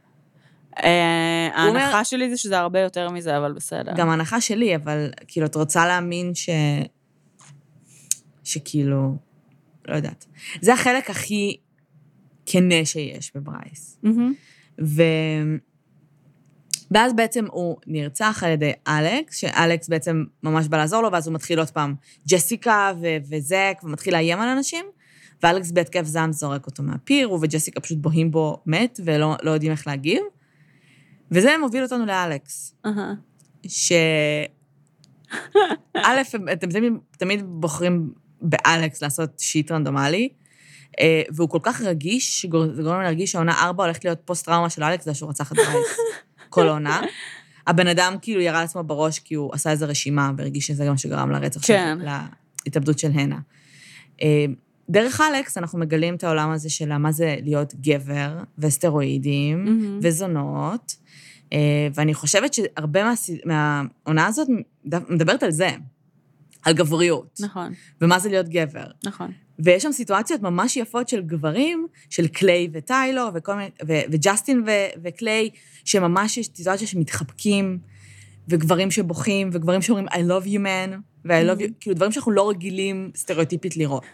ההנחה שלי זה שזה הרבה יותר מזה, אבל בסדר. גם ההנחה שלי, אבל כאילו, את רוצה להאמין ש... שכאילו, לא יודעת. זה החלק הכי כנה שיש בברייס. ו... ואז בעצם הוא נרצח על ידי אלכס, שאלכס בעצם ממש בא לעזור לו, ואז הוא מתחיל עוד פעם ג'סיקה ו- וזק, ומתחיל לאיים על אנשים, ואלכס בהתקף זעם זורק אותו מהפיר, הוא וג'סיקה פשוט בוהים בו מת, ולא לא יודעים איך להגיב. וזה מוביל אותנו לאלכס. ש... א', אתם תמיד, תמיד בוחרים באלכס לעשות שיט רנדומלי, והוא כל כך רגיש, שגורם לי להרגיש שהעונה ארבע הולכת להיות פוסט-טראומה של אלכס, זה שהוא רצח את ברייס. כל עונה. הבן אדם כאילו ירה לעצמו בראש, כי הוא עשה איזו רשימה, והרגיש שזה גם שגרם לרצח כן. של, להתאבדות של הנה. דרך אלכס, אנחנו מגלים את העולם הזה של מה זה להיות גבר, וסטרואידים, mm-hmm. וזונות, ואני חושבת שהרבה מה, מהעונה הזאת מדברת על זה, על גבריות. נכון. ומה זה להיות גבר. נכון. ויש שם סיטואציות ממש יפות של גברים, של קליי וטיילור, וכל מיני, ו, וג'סטין ו, וקליי, שממש יש סיטואציה שמתחבקים, וגברים שבוכים, וגברים שאומרים, I love you man, ו-I love you, כאילו דברים שאנחנו לא רגילים סטריאוטיפית לראות.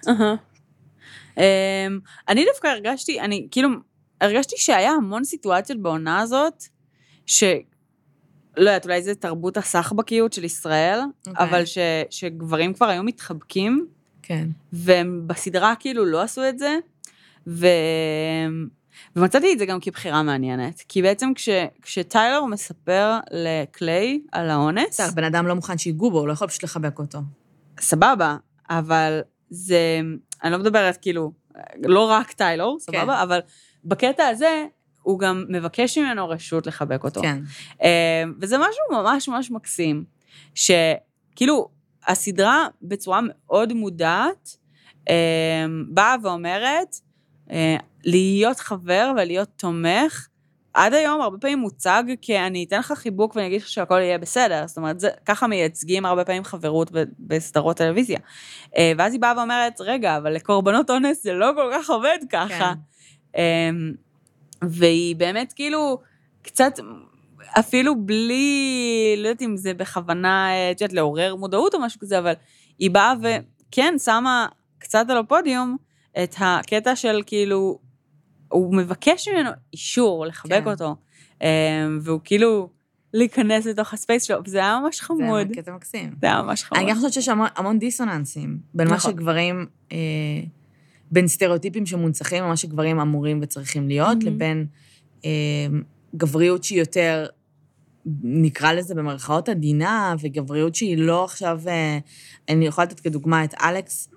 אני דווקא הרגשתי, אני כאילו, הרגשתי שהיה המון סיטואציות בעונה הזאת, ש... לא יודעת, אולי זה תרבות הסחבקיות של ישראל, אבל שגברים כבר היו מתחבקים, כן. והם בסדרה כאילו לא עשו את זה, ו... ומצאתי את זה גם כבחירה מעניינת, כי בעצם כש... כשטיילור מספר לקליי על האונס... בן אדם לא מוכן שיגעו בו, הוא לא יכול פשוט לחבק אותו. סבבה, אבל זה... אני לא מדברת כאילו, לא רק טיילור, סבבה, כן. אבל בקטע הזה... הוא גם מבקש ממנו רשות לחבק אותו. כן. וזה משהו ממש ממש מקסים, שכאילו הסדרה בצורה מאוד מודעת, באה ואומרת, להיות חבר ולהיות תומך, עד היום הרבה פעמים מוצג, כי אני אתן לך חיבוק ואני אגיד לך שהכל יהיה בסדר, זאת אומרת, זה, ככה מייצגים הרבה פעמים חברות בסדרות טלוויזיה. ואז היא באה ואומרת, רגע, אבל לקורבנות אונס זה לא כל כך עובד ככה. כן. והיא באמת כאילו קצת, אפילו בלי, לא יודעת אם זה בכוונה, את יודעת, לעורר מודעות או משהו כזה, אבל היא באה וכן, שמה קצת על הפודיום את הקטע של כאילו, הוא מבקש ממנו אישור לחבק אותו, והוא כאילו להיכנס לתוך הספייס שלו, וזה היה ממש חמוד. זה קטע מקסים. זה היה ממש חמוד. אני חושבת שיש המון דיסוננסים, בין מה שגברים, בין סטריאוטיפים שמונצחים, מה שגברים אמורים וצריכים להיות, לבין גבריות שהיא יותר, נקרא לזה במרכאות עדינה, וגבריות שהיא לא עכשיו, אני יכולה לתת כדוגמה את אלכס,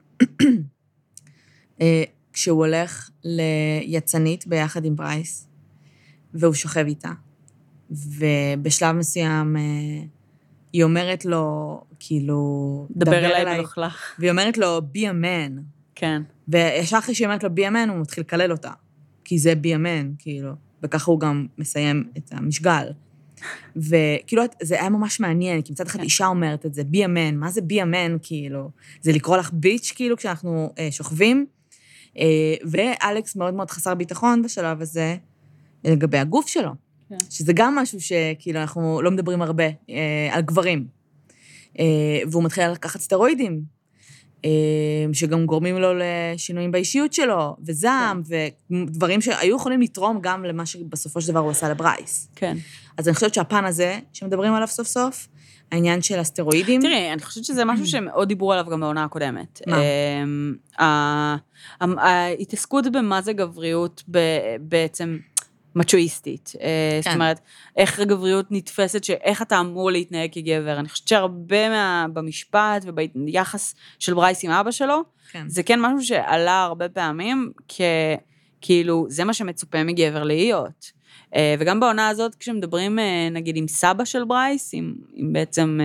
כשהוא הולך ליצנית ביחד עם ברייס, והוא שוכב איתה. ובשלב מסוים היא אומרת לו, כאילו, דבר אליי ולוכלך. והיא אומרת לו, be a man. כן. וישר אחרי שהיא אומרת לו, be a man, הוא מתחיל לקלל אותה. כי זה be a man, כאילו. וככה הוא גם מסיים את המשגל. וכאילו, זה היה ממש מעניין, כי מצד אחד אישה אומרת את זה, be a man, מה זה be a man, כאילו? זה לקרוא לך ביץ', כאילו, כשאנחנו שוכבים. ואלכס מאוד מאוד חסר ביטחון בשלב הזה, לגבי הגוף שלו. שזה גם משהו שכאילו אנחנו לא מדברים הרבה על גברים. והוא מתחיל לקחת סטרואידים, שגם גורמים לו לשינויים באישיות שלו, וזעם, ודברים שהיו יכולים לתרום גם למה שבסופו של דבר הוא עשה לברייס. כן. אז אני חושבת שהפן הזה, שמדברים עליו סוף סוף, העניין של הסטרואידים. תראי, אני חושבת שזה משהו שמאוד דיברו עליו גם בעונה הקודמת. מה? ההתעסקות במה זה גבריות בעצם מצ'ואיסטית. זאת אומרת, איך גבריות נתפסת, שאיך אתה אמור להתנהג כגבר. אני חושבת שהרבה במשפט וביחס של ברייס עם אבא שלו, זה כן משהו שעלה הרבה פעמים, כאילו, זה מה שמצופה מגבר להיות. וגם בעונה הזאת, כשמדברים, נגיד, עם סבא של ברייס, עם, עם בעצם...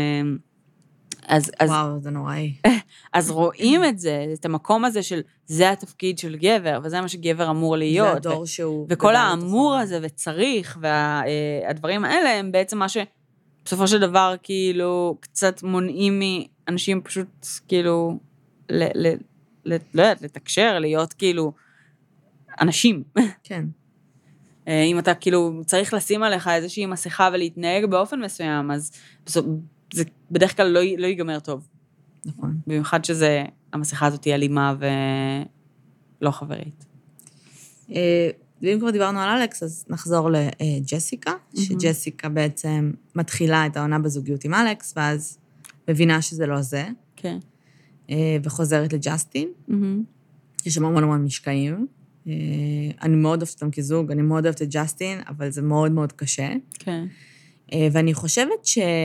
אז, וואו, אז, זה נוראי. אז רואים את זה, את המקום הזה של, זה התפקיד של גבר, וזה מה שגבר אמור להיות. זה הדור ו- שהוא... וכל האמור הזה, וצריך, והדברים האלה, הם בעצם מה שבסופו של דבר, כאילו, קצת מונעים מאנשים פשוט, כאילו, ל, ל, ל, לא יודעת, לתקשר, להיות, כאילו, אנשים. כן. אם אתה כאילו צריך לשים עליך איזושהי מסכה ולהתנהג באופן מסוים, אז זה בדרך כלל לא, לא ייגמר טוב. נכון. במיוחד שזה, המסכה הזאת היא אלימה ולא חברית. ואם כבר דיברנו על אלכס, אז נחזור לג'סיקה, שג'סיקה בעצם מתחילה את העונה בזוגיות עם אלכס, ואז מבינה שזה לא זה. כן. וחוזרת לג'סטין. יש שם המון המון משקעים. אני מאוד אוהבת אותם כזוג, אני מאוד אוהבת את ג'סטין, אבל זה מאוד מאוד קשה. כן. ואני חושבת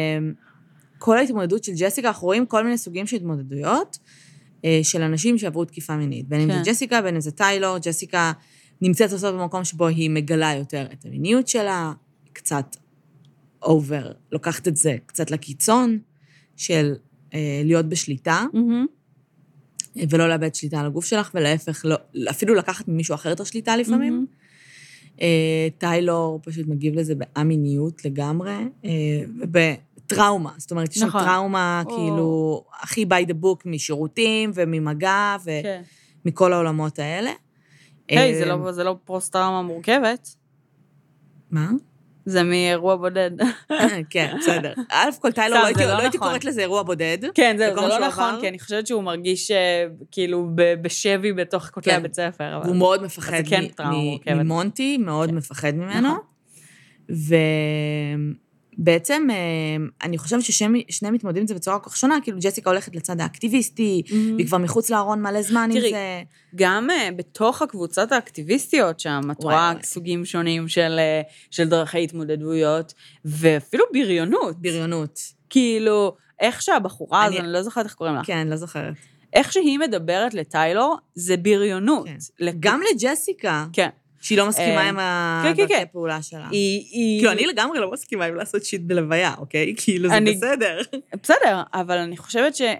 שכל ההתמודדות של ג'סיקה, אנחנו רואים כל מיני סוגים של התמודדויות, של אנשים שעברו תקיפה מינית. בין אם זה ג'סיקה, בין אם זה טיילור, ג'סיקה נמצאת בסוף במקום שבו היא מגלה יותר את המיניות שלה, קצת אובר, לוקחת את זה קצת לקיצון, של להיות בשליטה, ולא לאבד שליטה על הגוף שלך, ולהפך, לא, אפילו לקחת ממישהו אחר את השליטה לפעמים. Mm-hmm. טיילור פשוט מגיב לזה באמיניות לגמרי, ובטראומה, זאת אומרת, יש שם נכון. טראומה, oh. כאילו, הכי by the book משירותים וממגע, ומכל okay. העולמות האלה. היי, hey, זה לא, זה לא פוסט-טראומה מורכבת. מה? זה מאירוע בודד. כן, בסדר. אלף כל טיילור, לא הייתי קוראת לזה אירוע בודד. כן, זה לא נכון, כי אני חושבת שהוא מרגיש כאילו בשבי בתוך כותלי הבית ספר. הוא מאוד מפחד ממונטי, מאוד מפחד ממנו. ובעצם אני חושבת ששני מתמודדים את זה בצורה כל כך שונה, כאילו ג'סיקה הולכת לצד האקטיביסטי, והיא כבר מחוץ לארון מלא זמן עם זה. גם בתוך הקבוצות האקטיביסטיות שם, את רואה סוגים שונים של, של דרכי התמודדויות, ואפילו בריונות. בריונות. כאילו, איך שהבחורה, אני... אז אני לא זוכרת איך קוראים לה. כן, לא זוכרת. איך שהיא מדברת לטיילור, זה בריונות. כן. לכ... גם לג'סיקה. כן. שהיא לא מסכימה עם הדרכי הפעולה שלה. כאילו, אני לגמרי לא מסכימה עם לעשות שיט בלוויה, אוקיי? כאילו, זה בסדר. בסדר, אבל אני חושבת שה...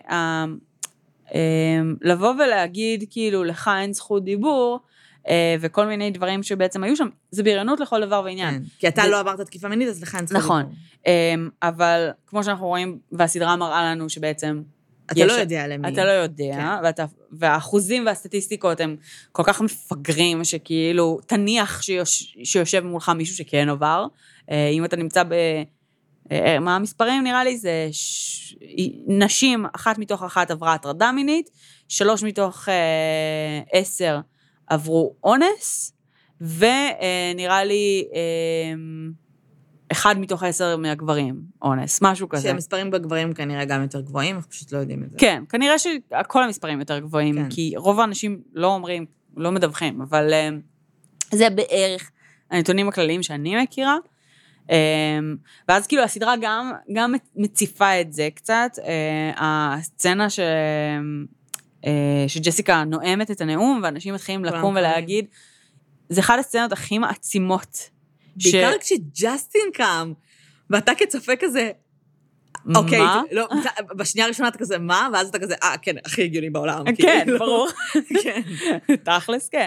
לבוא ולהגיד, כאילו, לך אין זכות דיבור, וכל מיני דברים שבעצם היו שם, זה בריונות לכל דבר ועניין. כי אתה לא עברת תקיפה מינית, אז לך אין זכות דיבור. נכון, אבל כמו שאנחנו רואים, והסדרה מראה לנו שבעצם... אתה לא יודע למי. אתה לא יודע, והאחוזים והסטטיסטיקות הם כל כך מפגרים, שכאילו, תניח שיושב מולך מישהו שכן עבר, אם אתה נמצא ב... מה המספרים נראה לי? זה ש... נשים, אחת מתוך אחת עברה הטרדה מינית, שלוש מתוך אה, עשר עברו אונס, ונראה לי אחד מתוך עשר מהגברים, אונס, משהו כזה. שהמספרים בגברים כנראה גם יותר גבוהים, אנחנו פשוט לא יודעים את זה. כן, כנראה שכל המספרים יותר גבוהים, כן. כי רוב האנשים לא אומרים, לא מדווחים, אבל זה בערך הנתונים הכלליים שאני מכירה, ואז כאילו הסדרה גם, גם מציפה את זה קצת, הסצנה ש... שג'סיקה נואמת את הנאום, ואנשים מתחילים לקום ולהגיד, זה אחד הסצנות הכי מעצימות. בעיקר כשג'סטין קם, ואתה כצופה כזה, אוקיי, לא, בשנייה הראשונה אתה כזה, מה? ואז אתה כזה, אה, כן, הכי הגיוני בעולם. כן, ברור. תכלס, כן.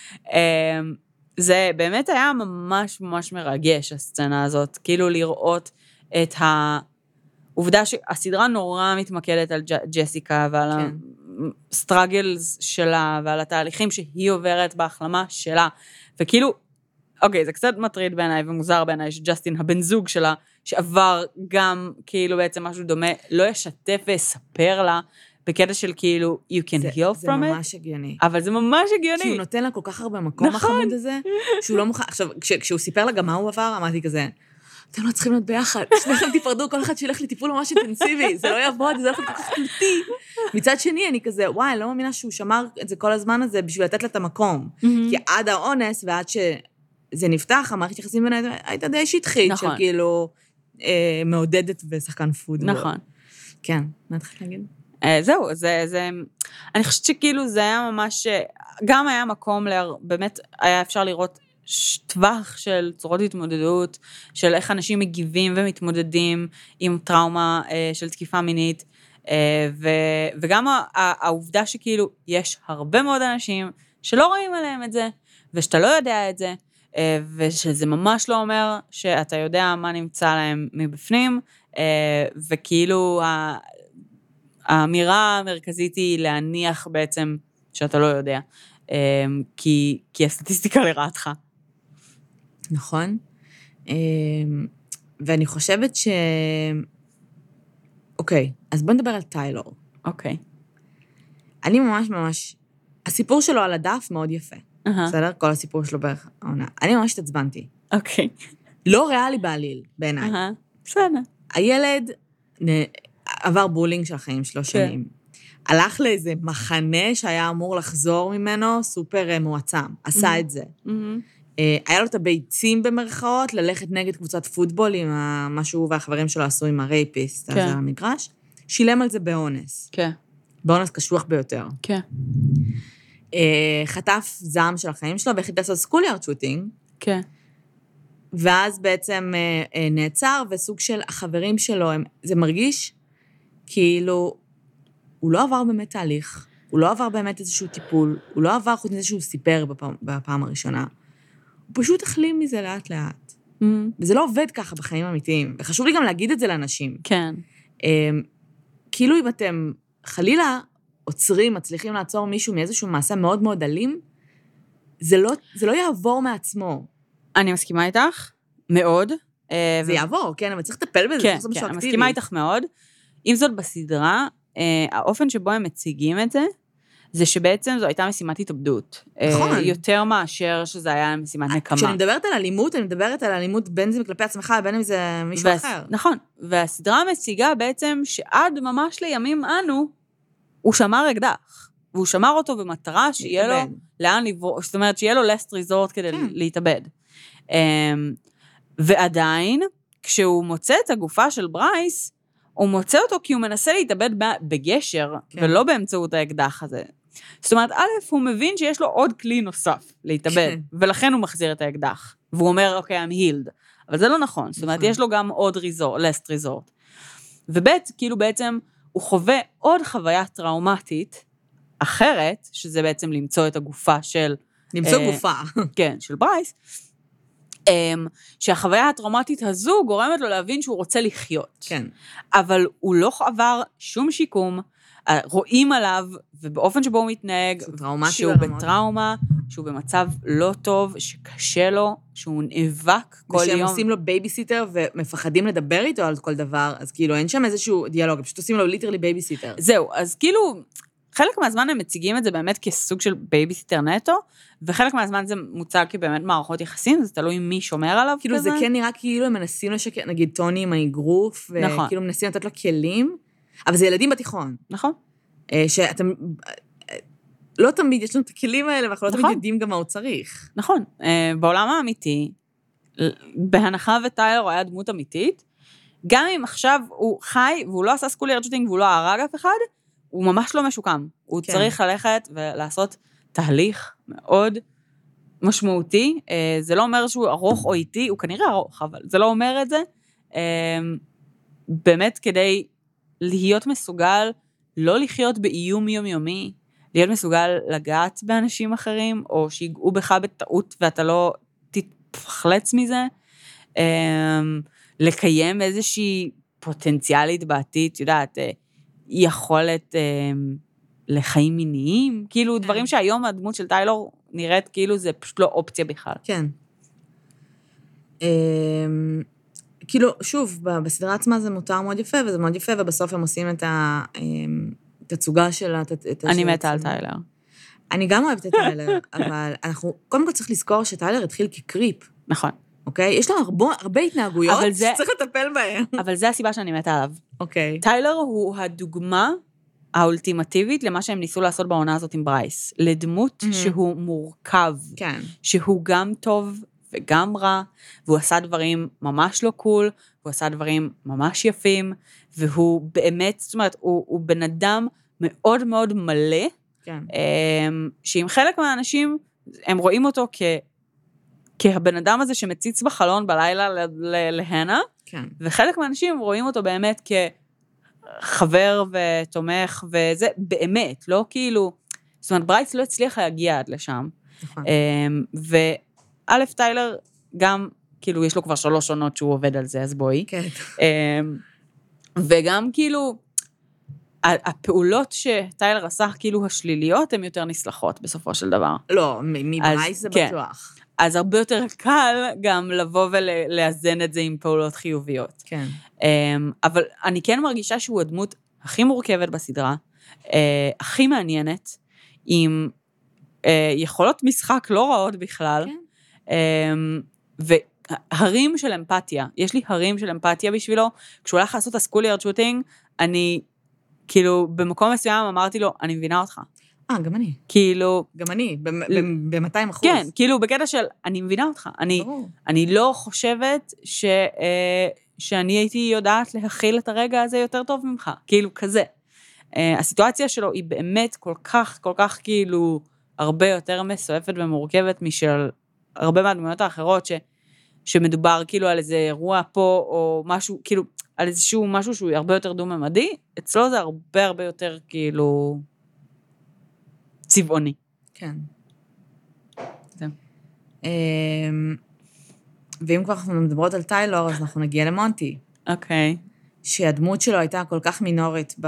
זה באמת היה ממש ממש מרגש, הסצנה הזאת, כאילו לראות את העובדה שהסדרה נורא מתמקדת על ג'סיקה, ועל הסטרגלס שלה, ועל התהליכים שהיא עוברת בהחלמה שלה, וכאילו, אוקיי, זה קצת מטריד בעיניי ומוזר בעיניי, שג'סטין, הבן זוג שלה, שעבר גם כאילו בעצם משהו דומה, לא ישתף ויספר לה, בקטע של כאילו, you can זה, heal זה from it. זה ממש הגיוני. אבל זה ממש הגיוני. כי הוא נותן לה כל כך הרבה מקום, נכון. החמוד הזה, שהוא לא מוכן, עכשיו, כש, כשהוא סיפר לה גם מה הוא עבר, אמרתי כזה, אתם לא צריכים להיות ביחד, שניכם תפרדו, כל אחד שילך לטיפול ממש אינטנסיבי, זה לא יעבוד, זה לא יכול כל כך תלותי. מצד שני, אני כזה, וואי, אני לא מאמינה שהוא שמר את זה כל הזמן הזה, בשביל לתת לה את המקום. Mm-hmm. כי עד האונס, ועד שזה נפתח, המערכת יחסים ביניהם, הייתה די שטחית, נכון. של כאילו, אה, מעודדת ושחקן פוטבול. נכון. כן, מה התחלת להגיד? זהו, זה, זה, אני חושבת שכאילו זה היה ממש, גם היה מקום, באמת היה אפשר לראות טווח של צורות התמודדות, של איך אנשים מגיבים ומתמודדים עם טראומה של תקיפה מינית, ו, וגם העובדה שכאילו יש הרבה מאוד אנשים שלא רואים עליהם את זה, ושאתה לא יודע את זה, ושזה ממש לא אומר שאתה יודע מה נמצא להם מבפנים, וכאילו האמירה המרכזית היא להניח בעצם שאתה לא יודע, כי, כי הסטטיסטיקה לרעתך. נכון. ואני חושבת ש... אוקיי, אז בוא נדבר על טיילור. אוקיי. אני ממש ממש... הסיפור שלו על הדף מאוד יפה. בסדר? כל הסיפור שלו בערך העונה. אני ממש התעצבנתי. אוקיי. לא ריאלי בעליל, בעיניי. בסדר. הילד עבר בולינג של החיים שלו שנים. הלך לאיזה מחנה שהיה אמור לחזור ממנו, סופר מועצם. עשה את זה. היה לו את הביצים במרכאות, ללכת נגד קבוצת פוטבול, עם מה שהוא והחברים שלו עשו עם הרייפיסט, אז המגרש. שילם על זה באונס. כן. באונס קשוח ביותר. כן. חטף זעם של החיים שלו, והחליט לעשות סקוליארד שוטינג. כן. ואז בעצם נעצר, וסוג של החברים שלו, זה מרגיש כאילו, הוא לא עבר באמת תהליך, הוא לא עבר באמת איזשהו טיפול, הוא לא עבר חוץ מזה שהוא סיפר בפעם, בפעם הראשונה. הוא פשוט החלים מזה לאט לאט. Mm-hmm. וזה לא עובד ככה בחיים אמיתיים. וחשוב לי גם להגיד את זה לאנשים. כן. כאילו אם אתם חלילה עוצרים, מצליחים לעצור מישהו מאיזשהו מעשה מאוד מאוד אלים, זה לא, זה לא יעבור מעצמו. אני מסכימה איתך, מאוד. זה יעבור, כן, אבל צריך לטפל בזה. כן, כן, אני מסכימה איתך מאוד. עם זאת בסדרה, האופן שבו הם מציגים את זה, זה שבעצם זו הייתה משימת התאבדות. נכון. יותר מאשר שזה היה משימת נקמה. כשאני מדברת על אלימות, אני מדברת על אלימות בין זה כלפי עצמך, בין אם זה מישהו אחר. נכון. והסדרה מציגה בעצם שעד ממש לימים אנו, הוא שמר אקדח. והוא שמר אותו במטרה שיהיה לו לאן לברוא, זאת אומרת שיהיה לו last resort כדי להתאבד. ועדיין, כשהוא מוצא את הגופה של ברייס, הוא מוצא אותו כי הוא מנסה להתאבד בגשר, ולא באמצעות האקדח הזה. זאת אומרת, א', הוא מבין שיש לו עוד כלי נוסף להתאבד, ולכן הוא מחזיר את האקדח. והוא אומר, אוקיי, I'm healed. אבל זה לא נכון. זאת אומרת, יש לו גם עוד resort, last resort. וב', כאילו בעצם, הוא חווה עוד חוויה טראומטית אחרת, שזה בעצם למצוא את הגופה של... למצוא גופה. כן, של ברייס. שהחוויה הטראומטית הזו גורמת לו להבין שהוא רוצה לחיות. כן. אבל הוא לא עבר שום שיקום, רואים עליו, ובאופן שבו הוא מתנהג, שהוא בטראומה, שהוא במצב לא טוב, שקשה לו, שהוא נאבק כל יום. ושהם עושים לו בייביסיטר ומפחדים לדבר איתו על כל דבר, אז כאילו אין שם איזשהו דיאלוג, פשוט עושים לו ליטרלי בייביסיטר. זהו, אז כאילו, חלק מהזמן הם מציגים את זה באמת כסוג של בייביסיטר נטו, וחלק מהזמן זה מוצג כבאמת מערכות יחסים, זה תלוי מי שומר עליו כאילו כזה. זה כן נראה כאילו הם מנסים לשקר, נגיד טוני עם האגרוף, נכון. וכאילו מנסים לתת לו כלים, אבל זה ילדים בתיכון. נכון. שאתם, לא תמיד יש לנו את הכלים האלה, ואנחנו לא נכון. תמיד יודעים גם מה הוא צריך. נכון. בעולם האמיתי, בהנחה וטיילר היה דמות אמיתית, גם אם עכשיו הוא חי, והוא לא עשה סקולי ארג'וטינג, והוא לא הרג אף אחד, הוא ממש לא משוקם. הוא כן. צריך ללכת ולעשות תהליך מאוד משמעותי. זה לא אומר שהוא ארוך או איטי, הוא כנראה ארוך, אבל זה לא אומר את זה. באמת כדי להיות מסוגל, לא לחיות באיום יומיומי, להיות מסוגל לגעת באנשים אחרים, או שיגעו בך בטעות ואתה לא תתחלץ מזה, לקיים איזושהי פוטנציאלית בעתיד, יודעת, יכולת לחיים מיניים, כאילו דברים שהיום הדמות של טיילור נראית כאילו זה פשוט לא אופציה בכלל. כן. כאילו, שוב, בסדרה עצמה זה מותר מאוד יפה, וזה מאוד יפה, ובסוף הם עושים את התצוגה שלה. אני מתה על טיילר. אני גם אוהבת את טיילר, אבל אנחנו, קודם כל צריך לזכור שטיילר התחיל כקריפ. נכון. אוקיי? יש לו הרבה, הרבה התנהגויות זה, שצריך לטפל בהן. אבל זה הסיבה שאני מתה עליו. אוקיי. טיילר הוא הדוגמה האולטימטיבית למה שהם ניסו לעשות בעונה הזאת עם ברייס. לדמות mm-hmm. שהוא מורכב. כן. שהוא גם טוב וגם רע, והוא עשה דברים ממש לא קול, והוא עשה דברים ממש יפים, והוא באמת, זאת אומרת, הוא, הוא בן אדם מאוד מאוד מלא, כן. שעם חלק מהאנשים, הם רואים אותו כ... כהבן אדם הזה שמציץ בחלון בלילה להנה, כן. וחלק מהאנשים רואים אותו באמת כחבר ותומך, וזה באמת, לא כאילו, זאת אומרת, ברייס לא הצליח להגיע עד לשם. נכון. וא' טיילר גם, כאילו, יש לו כבר שלוש עונות שהוא עובד על זה, אז בואי. כן. וגם כאילו, הפעולות שטיילר עשה, כאילו השליליות, הן יותר נסלחות בסופו של דבר. לא, מברייס זה בטוח. אז הרבה יותר קל גם לבוא ולאזן את זה עם פעולות חיוביות. כן. אבל אני כן מרגישה שהוא הדמות הכי מורכבת בסדרה, הכי מעניינת, עם יכולות משחק לא רעות בכלל, כן. והרים של אמפתיה, יש לי הרים של אמפתיה בשבילו, כשהוא הולך לעשות את הסקולי ארג'וטינג, אני כאילו במקום מסוים אמרתי לו, אני מבינה אותך. אה, גם אני. כאילו... גם אני, ב-מאתיים אחוז. כן, כאילו בקטע של, אני מבינה אותך. אני, אני לא חושבת ש, שאני הייתי יודעת להכיל את הרגע הזה יותר טוב ממך. כאילו כזה. הסיטואציה שלו היא באמת כל כך, כל כך כאילו, הרבה יותר מסועפת ומורכבת משל הרבה מהדמויות האחרות, ש, שמדובר כאילו על איזה אירוע פה, או משהו, כאילו, על איזשהו משהו שהוא הרבה יותר דו-ממדי, אצלו זה הרבה הרבה יותר כאילו... צבעוני. כן. ואם כבר אנחנו מדברות על טיילור, אז אנחנו נגיע למונטי. אוקיי. שהדמות שלו הייתה כל כך מינורית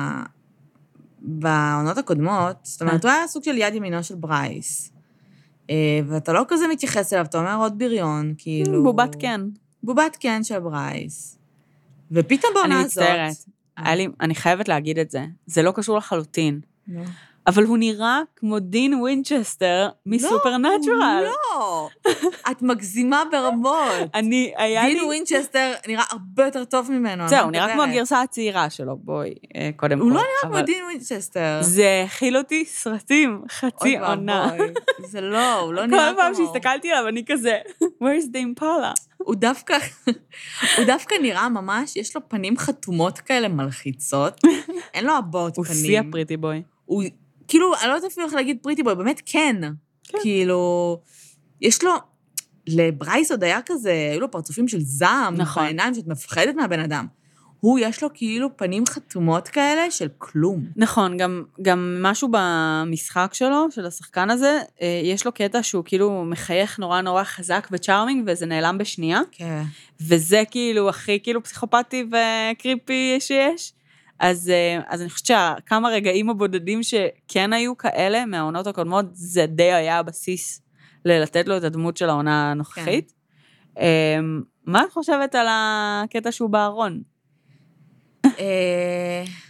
בעונות הקודמות, זאת אומרת, הוא היה סוג של יד ימינו של ברייס, ואתה לא כזה מתייחס אליו, אתה אומר עוד בריון, כאילו... בובת כן. בובת כן של ברייס. ופתאום בעונה הזאת... אני מצטערת. אני חייבת להגיד את זה. זה לא קשור לחלוטין. לא. אבל הוא נראה כמו דין ווינצ'סטר מסופרנטורל. לא, לא. את מגזימה ברמות. אני, היה לי... דין ווינצ'סטר נראה הרבה יותר טוב ממנו. זהו, הוא נראה כמו הגרסה הצעירה שלו, בואי, קודם כל. הוא לא נראה כמו דין ווינצ'סטר. זה הכיל אותי סרטים, חצי עונה. זה לא, הוא לא נראה כמו... כל פעם שהסתכלתי עליו, אני כזה, where's the Impala? הוא דווקא, הוא דווקא נראה ממש, יש לו פנים חתומות כאלה מלחיצות, אין לו הבעות פנים. הוא שיא הפריטי בוי. הוא... כאילו, אני לא יודעת אפילו איך להגיד פריטי בוי, באמת כן. כן. כאילו, יש לו, לברייס עוד היה כזה, היו לו פרצופים של זעם, נכון. בעיניים שאת מפחדת מהבן אדם. הוא, יש לו כאילו פנים חתומות כאלה של כלום. נכון, גם, גם משהו במשחק שלו, של השחקן הזה, יש לו קטע שהוא כאילו מחייך נורא נורא חזק וצ'ארמינג, וזה נעלם בשנייה. כן. וזה כאילו הכי כאילו פסיכופתי וקריפי שיש. אז, אז אני חושבת שכמה רגעים הבודדים שכן היו כאלה מהעונות הקודמות, זה די היה הבסיס ללתת לו את הדמות של העונה הנוכחית. כן. מה את חושבת על הקטע שהוא בארון?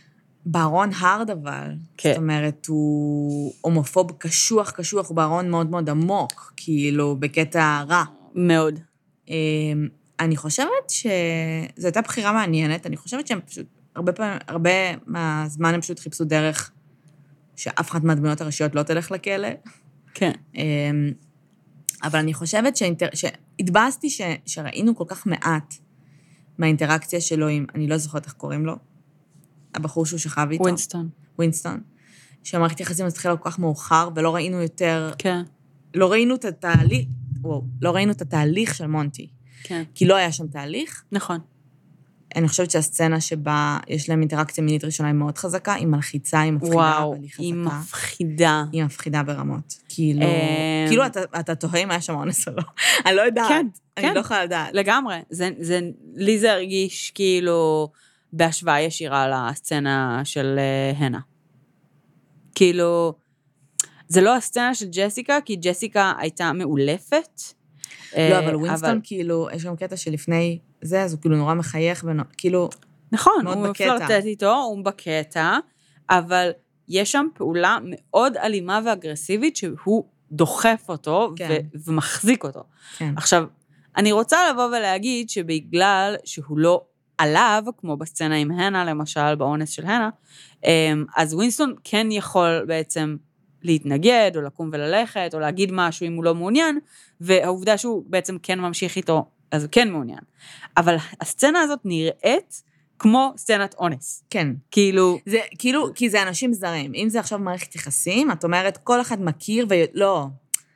בארון הרד אבל. כן. זאת אומרת, הוא הומופוב קשוח, קשוח, הוא בארון מאוד מאוד עמוק, כאילו, בקטע רע. מאוד. אני חושבת שזו הייתה בחירה מעניינת, אני חושבת שהם פשוט, הרבה פעמים, הרבה מהזמן הם פשוט חיפשו דרך שאף אחת מהדמויות הראשיות לא תלך לכלא. כן. אבל אני חושבת שהתבאסתי ש... שראינו כל כך מעט מהאינטראקציה שלו עם, אני לא זוכרת איך קוראים לו, הבחור שהוא שכב איתו. ווינסטון. ווינסטון. שהמערכת יחסים התחילה כל כך מאוחר, ולא ראינו יותר... כן. לא ראינו את התהליך, וואו, לא ראינו את התהליך של מונטי. כן. כי לא היה שם תהליך. נכון. אני חושבת שהסצנה שבה יש להם אינטראקציה מינית ראשונה היא מאוד חזקה, היא מלחיצה, היא מפחידה, וואו, אבל היא חזקה. היא מפחידה. היא מפחידה ברמות. כאילו, כאילו אתה, אתה תוהה אם היה שם אונס או לא. אני לא יודעת. כן, אני כן. לא יכולה לדעת. לגמרי. זה, זה, לי זה הרגיש כאילו בהשוואה ישירה לסצנה של הנה. כאילו, זה לא הסצנה של ג'סיקה, כי ג'סיקה הייתה מאולפת. לא, אבל ווינסטון כאילו, יש גם קטע שלפני זה, אז הוא כאילו נורא מחייך, כאילו, נכון, הוא מפלרטט איתו, הוא בקטע, אבל יש שם פעולה מאוד אלימה ואגרסיבית, שהוא דוחף אותו כן. ו- ומחזיק אותו. כן. עכשיו, אני רוצה לבוא ולהגיד שבגלל שהוא לא עליו, כמו בסצנה עם הנה, למשל, באונס של הנה, אז ווינסטון כן יכול בעצם להתנגד, או לקום וללכת, או להגיד משהו אם הוא לא מעוניין, והעובדה שהוא בעצם כן ממשיך איתו, אז הוא כן מעוניין. אבל הסצנה הזאת נראית כמו סצנת אונס. כן. כאילו... זה, כאילו, כי זה אנשים זרים. אם זה עכשיו מערכת יחסים, את אומרת, כל אחד מכיר ו... לא.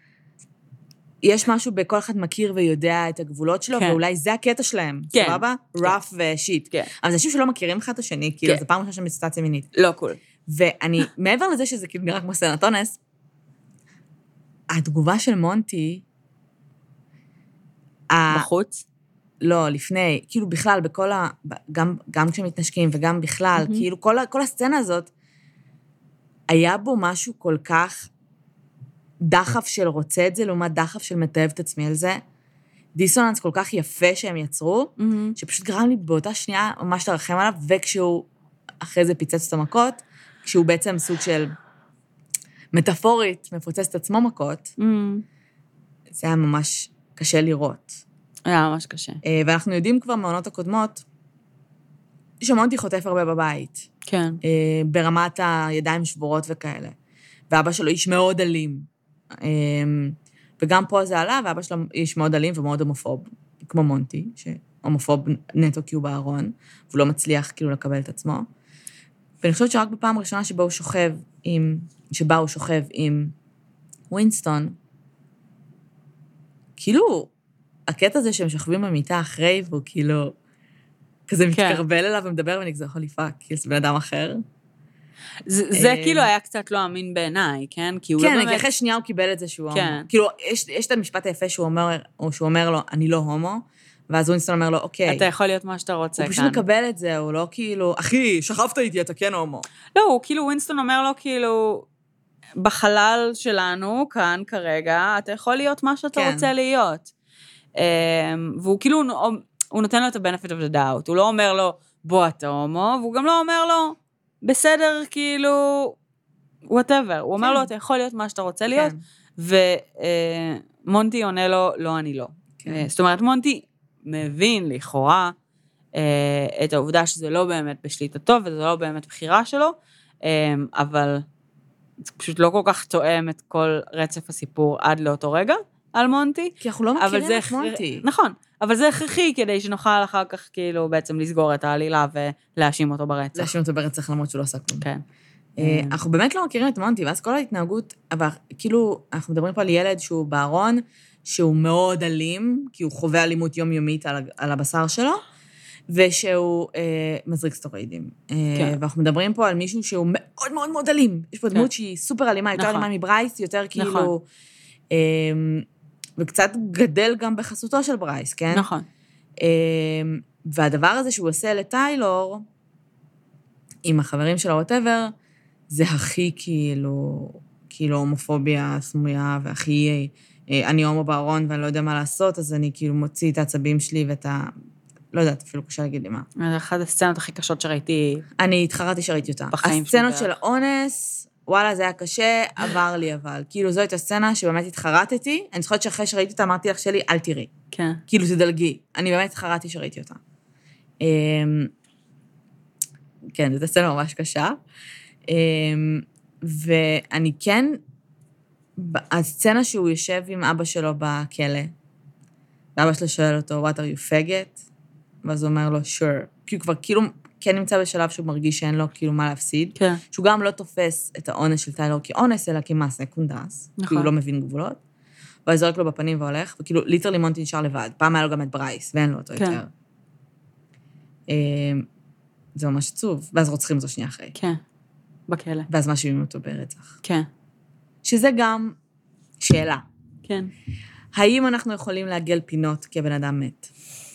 יש משהו בכל אחד מכיר ויודע את הגבולות שלו, כן. ואולי זה הקטע שלהם. כן. סבבה? כן. רף ושיט. כן. אבל זה אנשים שלא מכירים אחד את השני, כאילו, כן. זה פעם ראשונה שם בסיטואציה מינית. לא קול. ואני, מעבר לזה שזה כאילו נראה כמו סצנת אונס, התגובה של מונטי, בחוץ? לא, לפני, כאילו בכלל, בכל ה... גם, גם כשמתנשקים וגם בכלל, mm-hmm. כאילו כל, כל הסצנה הזאת, היה בו משהו כל כך דחף של רוצה את זה, לעומת דחף של מתאהב את עצמי על זה, דיסוננס כל כך יפה שהם יצרו, mm-hmm. שפשוט גרם לי באותה שנייה ממש לרחם עליו, וכשהוא אחרי זה פיצץ את המכות, כשהוא בעצם סוג של מטאפורית, מפוצץ את עצמו מכות, mm-hmm. זה היה ממש קשה לראות. היה ממש קשה. ואנחנו יודעים כבר מעונות הקודמות, שמונטי חוטף הרבה בבית. כן. ברמת הידיים שבורות וכאלה. ואבא שלו איש מאוד אלים. וגם פה זה עלה, ואבא שלו איש מאוד אלים ומאוד הומופוב, כמו מונטי, שהומופוב נטו כי הוא בארון, והוא לא מצליח כאילו לקבל את עצמו. ואני חושבת שרק בפעם הראשונה שבה הוא שוכב עם, שבה הוא שוכב עם ווינסטון, כאילו, הקטע הזה שהם שוכבים במיטה אחרי, והוא כאילו, כזה מתקרבל אליו ומדבר ונגזר, holy fuck, כאילו זה בן אדם אחר. זה כאילו היה קצת לא אמין בעיניי, כן? כן, כי אחרי שנייה הוא קיבל את זה שהוא הומו. כאילו, יש את המשפט היפה שהוא אומר לו, אני לא הומו, ואז ווינסטון אומר לו, אוקיי. אתה יכול להיות מה שאתה רוצה כאן. הוא פשוט מקבל את זה, הוא לא כאילו, אחי, שכבת איתי, אתה כן הומו. לא, הוא כאילו, ווינסטון אומר לו, כאילו, בחלל שלנו, כאן כרגע, אתה יכול להיות מה שאתה רוצה להיות. והוא כאילו, הוא נותן לו את ה-benefit of the doubt, הוא לא אומר לו, בוא אתה הומו, והוא גם לא אומר לו, בסדר, כאילו, whatever, הוא אומר לו, אתה יכול להיות מה שאתה רוצה להיות, ומונטי עונה לו, לא, אני לא. זאת אומרת, מונטי מבין לכאורה את העובדה שזה לא באמת בשליטתו, וזה לא באמת בחירה שלו, אבל זה פשוט לא כל כך תואם את כל רצף הסיפור עד לאותו רגע, על מונטי. כי אנחנו לא מכירים את מונטי. נכון, אבל זה הכרחי כדי שנוכל אחר כך כאילו בעצם לסגור את העלילה ולהאשים אותו ברצח. להאשים אותו ברצח למרות שהוא לא עשה כלום. כן. אנחנו באמת לא מכירים את מונטי, ואז כל ההתנהגות, אבל כאילו, אנחנו מדברים פה על ילד שהוא בארון, שהוא מאוד אלים, כי הוא חווה אלימות יומיומית על הבשר שלו, ושהוא מזריק סטרואידים. ואנחנו מדברים פה על מישהו שהוא מאוד מאוד מאוד אלים. יש פה דמות שהיא סופר אלימה, יותר אלימה מברייס, יותר כאילו... וקצת גדל גם בחסותו של ברייס, כן? נכון. והדבר הזה שהוא עושה לטיילור, עם החברים שלו, whatever, זה הכי כאילו, כאילו הומופוביה סמויה, והכי, אני הומו בארון ואני לא יודע מה לעשות, אז אני כאילו מוציא את העצבים שלי ואת לא יודעת, אפילו קשה להגיד לי מה. זה אחת הסצנות הכי קשות שראיתי. אני התחרתי שראיתי אותה. בחיים שלי. הסצנות של האונס, וואלה, זה היה קשה, עבר לי אבל. כאילו, זו הייתה סצנה שבאמת התחרטתי, אני זוכרת שאחרי שראיתי אותה, אמרתי לך שלי, אל תראי. כן. כאילו, תדלגי. אני באמת התחרטתי שראיתי אותה. כן, זו סצנה ממש קשה. ואני כן, הסצנה שהוא יושב עם אבא שלו בכלא, ואבא שלו שואל אותו, what are you faggot? ואז הוא אומר לו, sure. כי הוא כבר כאילו כן נמצא בשלב שהוא מרגיש שאין לו כאילו מה להפסיד. כן. שהוא גם לא תופס את האונס של טיילור כאונס, אלא כמעשה קונדס. נכון. כי הוא לא מבין גבולות. ואז זורק לו בפנים והולך, וכאילו ליטרלי מונטי נשאר לבד. פעם היה לו גם את ברייס, ואין לו אותו כן. יותר. זה ממש עצוב. ואז רוצחים אותו שנייה אחרי. כן. בכלא. ואז מאשימים אותו ברצח. כן. שזה גם שאלה. כן. האם אנחנו יכולים להגל פינות כי הבן אדם מת?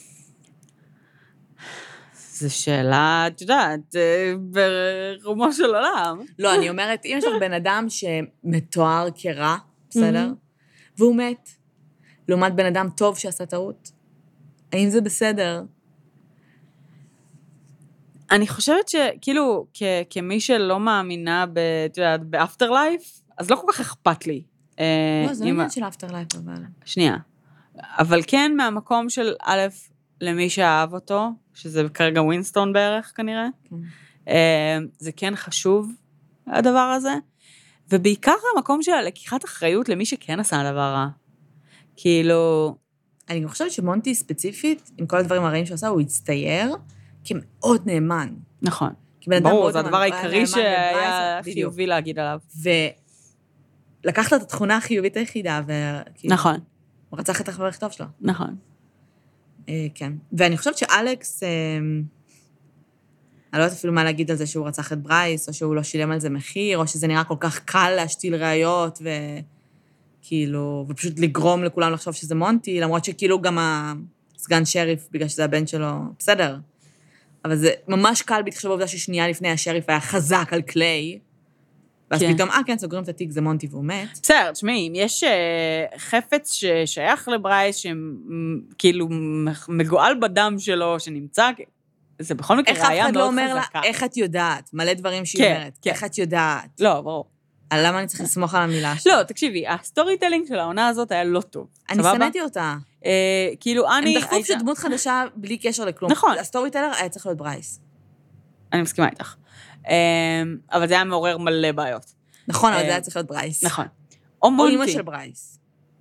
זו שאלה, את יודעת, ברומו של עולם. לא, אני אומרת, אם יש לך בן אדם שמתואר כרע, בסדר? והוא מת, לעומת בן אדם טוב שעשה טעות, האם זה בסדר? אני חושבת שכאילו, כמי שלא מאמינה, את יודעת, באפטר לייף, אז לא כל כך אכפת לי. לא, זה לא עניין של אפטר לייף, אבל... שנייה. אבל כן, מהמקום של א', למי שאהב אותו, שזה כרגע ווינסטון בערך, כנראה, זה כן חשוב, הדבר הזה, ובעיקר המקום של לקיחת אחריות למי שכן עשה הדבר רע. כאילו... אני חושבת שמונטי ספציפית, עם כל הדברים הרעים שעושה, הוא הצטייר כמאוד נאמן. נכון. ברור, זה הדבר העיקרי שהיה חיובי להגיד עליו. ולקחת את התכונה החיובית היחידה, נכון. הוא רצח את החבר הכתוב שלו. נכון. כן. ואני חושבת שאלכס, אני לא יודעת אפילו מה להגיד על זה שהוא רצח את ברייס, או שהוא לא שילם על זה מחיר, או שזה נראה כל כך קל להשתיל ראיות, וכאילו, ופשוט לגרום לכולם לחשוב שזה מונטי, למרות שכאילו גם הסגן שריף, בגלל שזה הבן שלו, בסדר. אבל זה ממש קל בהתחשב בעובדה ששנייה לפני השריף היה חזק על קליי, ואז פתאום, אה, כן, סוגרים את התיק, זה מונטי והוא מת. בסדר, תשמעי, אם יש חפץ ששייך לברייס, שכאילו מגועל בדם שלו, שנמצא, זה בכל מקרה ראיה מאוד חזקה. איך אף אחד לא אומר לה, איך את יודעת? מלא דברים שהיא אומרת. איך את יודעת? לא, ברור. למה אני צריך לסמוך על המילה שלה? לא, תקשיבי, הסטורי טלינג של העונה הזאת היה לא טוב. אני שנאתי אותה. כאילו, אני... הם דחוף שדמות חדשה בלי קשר לכלום. נכון. הסטורי טלר היה צריך להיות ברייס. אני מסכימה איתך. אבל זה היה מעורר מלא בעיות. נכון, אבל זה היה צריך להיות ברייס. נכון. או מונטי. או אמא של ברייס.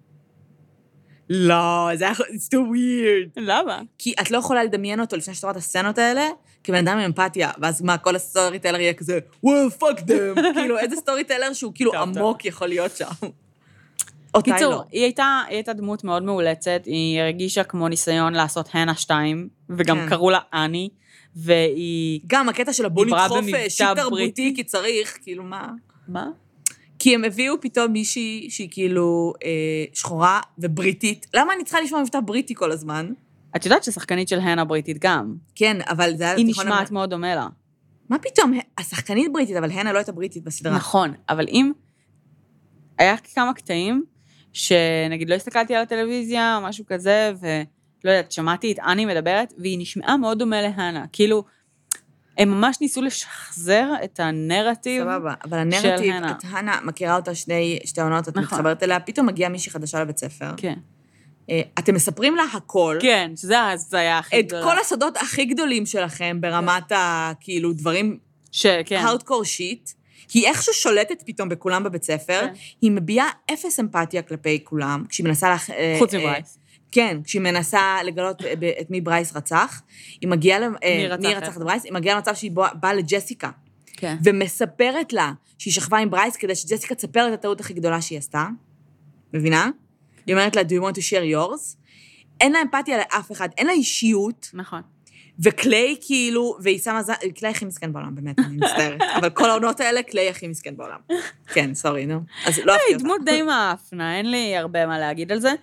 לא, זה היה... It's too weird. למה? כי את לא יכולה לדמיין אותו לפני שאת רואה את הסצנות האלה, כבן אדם עם אמפתיה, ואז מה, כל הסטורי טלר יהיה כזה, well, fuck them. כאילו, איזה סטורי טלר שהוא כאילו עמוק יכול להיות שם. קיצור, היא הייתה, היא הייתה דמות מאוד מאולצת, היא הרגישה כמו ניסיון לעשות הנה שתיים, וגם קראו לה אני, והיא... גם הקטע של הבוא נדחוף שיט תרבותי, כי צריך, כאילו מה? מה? כי הם הביאו פתאום מישהי שהיא כאילו אה, שחורה ובריטית. למה אני צריכה לשמוע מבטא בריטי כל הזמן? את יודעת ששחקנית של הנה בריטית גם. כן, אבל זה היה... היא נשמעת מאוד דומה לה. מה פתאום? השחקנית בריטית, אבל הנה לא הייתה בריטית בסדרה. נכון, אבל אם... היה כמה קטעים, שנגיד לא הסתכלתי על הטלוויזיה או משהו כזה, ולא יודעת, שמעתי את אני מדברת, והיא נשמעה מאוד דומה להנה. כאילו, הם ממש ניסו לשחזר את הנרטיב של הנה. סבבה, אבל הנרטיב, את הנה מכירה אותה שני, שתי עונות, את מתחברת אליה, פתאום מגיעה מישהי חדשה לבית ספר. כן. אתם מספרים לה הכל. כן, שזה היה הכי גדולה. את כל הסודות הכי גדולים שלכם, ברמת ה, כאילו, דברים, כן. הארדקור שיט, היא איכשהו שולטת פתאום בכולם בבית ספר, היא מביעה אפס אמפתיה כלפי כולם, כשהיא מנסה... חוץ מברייס. כן, כשהיא מנסה לגלות את מי ברייס רצח, היא מגיעה, מי רצח את ברייס, היא מגיעה למצב שהיא באה לג'סיקה, ומספרת לה שהיא שכבה עם ברייס, כדי שג'סיקה תספר את הטעות הכי גדולה שהיא עשתה, מבינה? היא אומרת לה, do you want to share yours? אין לה אמפתיה לאף אחד, אין לה אישיות. נכון. וקליי כאילו, והיא שמה, קליי הכי מסכן בעולם, באמת, אני מצטערת. אבל כל העונות האלה, קליי הכי מסכן בעולם. כן, סורי, נו. אז לא אהבתי אותה. דמות די מאפנה, אין לי הרבה מה להגיד על זה.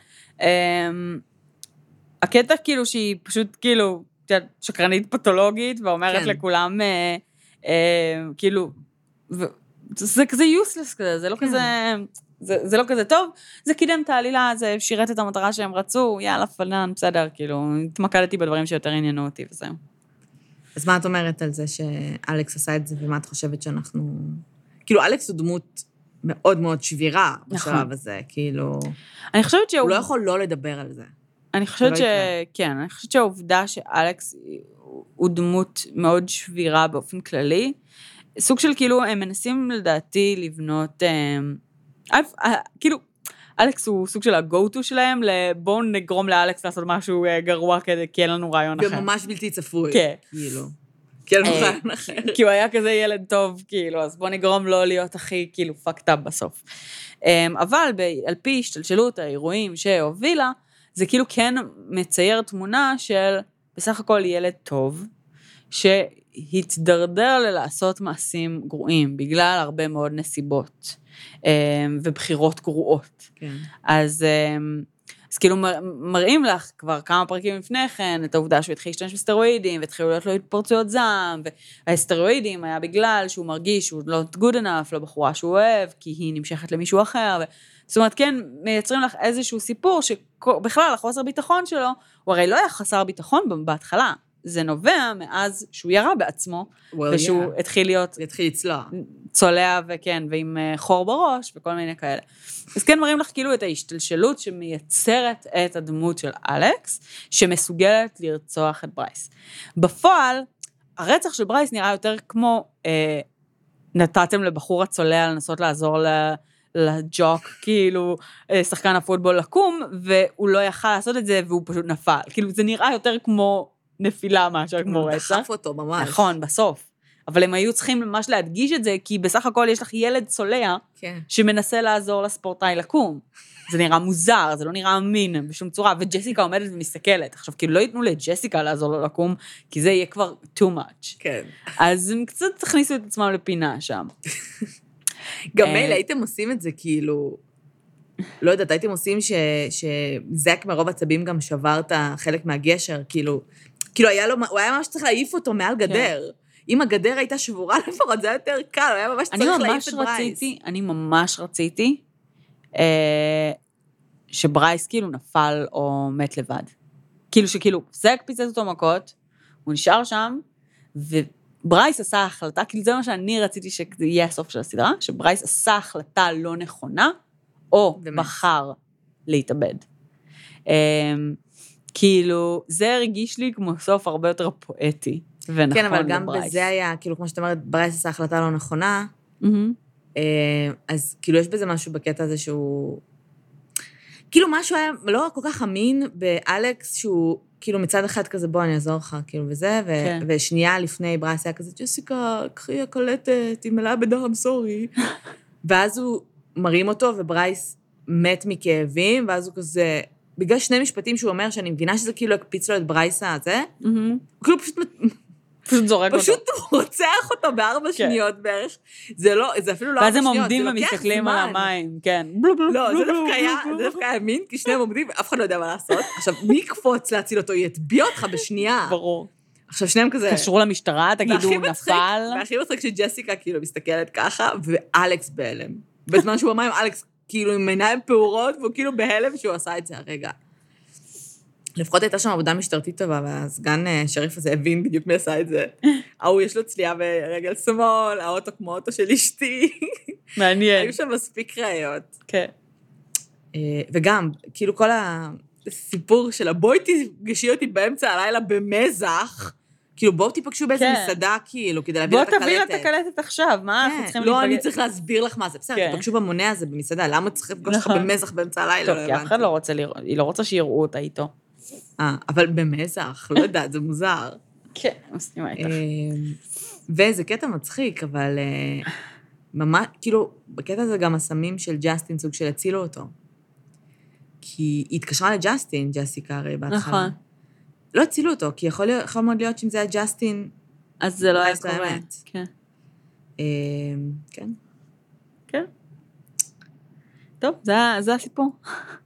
הקטע כאילו שהיא פשוט כאילו, שקרנית פתולוגית, ואומרת לכולם, כאילו, זה כזה יוסלס כזה, זה לא כזה... זה, זה לא כזה טוב, זה קידם את העלילה, זה שירת את המטרה שהם רצו, יאללה, פנן, בסדר, כאילו, התמקדתי בדברים שיותר עניינו אותי וזהו. אז מה את אומרת על זה שאלכס עשה את זה, ומה את חושבת שאנחנו... כאילו, אלכס הוא דמות מאוד מאוד שבירה בשלב הזה, כאילו... אני חושבת שהוא... הוא לא יכול לא לדבר על זה. אני חושבת ש... כן, אני חושבת שהעובדה שאלכס הוא דמות מאוד שבירה באופן כללי, סוג של כאילו, הם מנסים לדעתי לבנות... כאילו, אלכס הוא סוג של ה-go-to שלהם, בואו נגרום לאלכס לעשות משהו גרוע כדי, כי אין לנו רעיון אחר. וממש בלתי צפוי. כן. כאילו. כי אין לנו רעיון אחר. כי הוא היה כזה ילד טוב, כאילו, אז בואו נגרום לו להיות הכי, כאילו, fucked up בסוף. אבל על פי השתלשלות האירועים שהובילה, זה כאילו כן מצייר תמונה של בסך הכל ילד טוב, שהתדרדר ללעשות מעשים גרועים, בגלל הרבה מאוד נסיבות. ובחירות גרועות. כן. אז, אז כאילו מראים לך כבר כמה פרקים לפני כן, את העובדה שהוא התחיל להשתמש בסטרואידים, והתחילו להיות לו התפרצויות זעם, והסטרואידים היה בגלל שהוא מרגיש שהוא לא good enough לבחורה שהוא אוהב, כי היא נמשכת למישהו אחר, ו... זאת אומרת, כן, מייצרים לך איזשהו סיפור, שבכלל החוסר ביטחון שלו, הוא הרי לא היה חסר ביטחון בהתחלה, זה נובע מאז שהוא ירה בעצמו, well, ושהוא yeah. התחיל להיות... התחיל לצלוע. צולע וכן, ועם חור בראש, וכל מיני כאלה. אז כן מראים לך כאילו את ההשתלשלות שמייצרת את הדמות של אלכס, שמסוגלת לרצוח את ברייס. בפועל, הרצח של ברייס נראה יותר כמו, אה, נתתם לבחור הצולע לנסות לעזור ל... לג'וק, כאילו, שחקן הפוטבול לקום, והוא לא יכל לעשות את זה, והוא פשוט נפל. כאילו, זה נראה יותר כמו נפילה, מאשר כמו רצח. דחף אותו ממש. נכון, בסוף. אבל הם היו צריכים ממש להדגיש את זה, כי בסך הכל יש לך ילד צולע, כן. שמנסה לעזור לספורטאי לקום. זה נראה מוזר, זה לא נראה אמין בשום צורה, וג'סיקה עומדת ומסתכלת. עכשיו, כאילו, לא ייתנו לג'סיקה לעזור לו לקום, כי זה יהיה כבר too much. כן. אז הם קצת תכניסו את עצמם לפינה שם. גם מילא, הייתם עושים את זה כאילו, לא יודעת, הייתם עושים שזק מרוב עצבים גם שבר את החלק מהגשר, כאילו, כאילו היה לו, הוא היה ממש צריך להעיף אותו מעל גדר. אם הגדר הייתה שבורה לפחות, זה היה יותר קל, הוא היה ממש צריך להעיף את ברייס. אני ממש רציתי שברייס כאילו נפל או מת לבד. כאילו שכאילו, זק פיצץ אותו מכות, הוא נשאר שם, ו... ברייס עשה החלטה, כאילו זה מה שאני רציתי שזה יהיה הסוף של הסדרה, שברייס עשה החלטה לא נכונה, או באמת. בחר להתאבד. כאילו, זה הרגיש לי כמו סוף הרבה יותר פואטי, ונכון לברייס. כן, אבל גם לברייס. בזה היה, כאילו, כמו שאת אומרת, ברייס עשה החלטה לא נכונה, mm-hmm. אז כאילו יש בזה משהו בקטע הזה שהוא... כאילו משהו היה לא כל כך אמין באלכס, שהוא כאילו מצד אחד כזה, בוא אני אעזור לך, כאילו וזה, ו- כן. ושנייה לפני ברייס היה כזה, ג'סיקה, קחי הקלטת, היא מלאה בדם, סורי. ואז הוא מרים אותו, וברייס מת מכאבים, ואז הוא כזה, בגלל שני משפטים שהוא אומר, שאני מבינה שזה כאילו הקפיץ לו את ברייס הזה, mm-hmm. הוא כאילו פשוט... פשוט זורק אותו. פשוט רוצח אותו בארבע שניות בערך. זה לא, זה אפילו לא ארבע שניות, ואז הם עומדים ומסתכלים על המים, כן. לא, זה דווקא היה מין, כי שניהם עומדים ואף אחד לא יודע מה לעשות. עכשיו, מי יקפוץ להציל אותו? יטביע אותך בשנייה. ברור. עכשיו, שניהם כזה... קשרו למשטרה, תגידו, נפל. והכי מצחיק שג'סיקה כאילו מסתכלת ככה, ואלכס בהלם. בזמן שהוא אמר עם אלכס, כאילו עם עיניים פעורות, והוא כאילו בהלם שהוא עשה את זה הרגע. לפחות הייתה שם עבודה משטרתית טובה, והסגן שריף הזה הבין בדיוק מי עשה את זה. ההוא יש לו צלייה ברגל שמאל, האוטו כמו אוטו של אשתי. מעניין. היו שם מספיק ראיות. כן. וגם, כאילו כל הסיפור של הבואי תפגשי אותי באמצע הלילה במזח, כאילו בואו תיפגשו באיזה מסעדה, כאילו, כדי להביא לה את הקלטת. בואו תביא לה את הקלטת עכשיו, מה אנחנו צריכים להתפגש? לא, אני צריך להסביר לך מה זה. בסדר, תיפגשו במונה הזה במסעדה, למה צריך לפגוש אותך במזח באמצע הלילה? טוב, כי אף אחד לא רוצה לראות, היא לא רוצה שיראו אותה איתו. אה, אבל במזח, לא יודעת, זה מוזר. כן, מסכימה איתך. וזה קטע מצחיק, אבל ממש, כאילו, בקטע הזה גם הסמים של ג'סטין סוג של הצילו אותו. כי היא התקשרה לג'סטין, ג'סיקה הרי בהתחלה. נכון. לא הצילו אותו, כי יכול, יכול מאוד להיות שאם זה היה ג'סטין... אז זה לא היה קורה. כן. כן. כן. טוב, זה, זה הסיפור.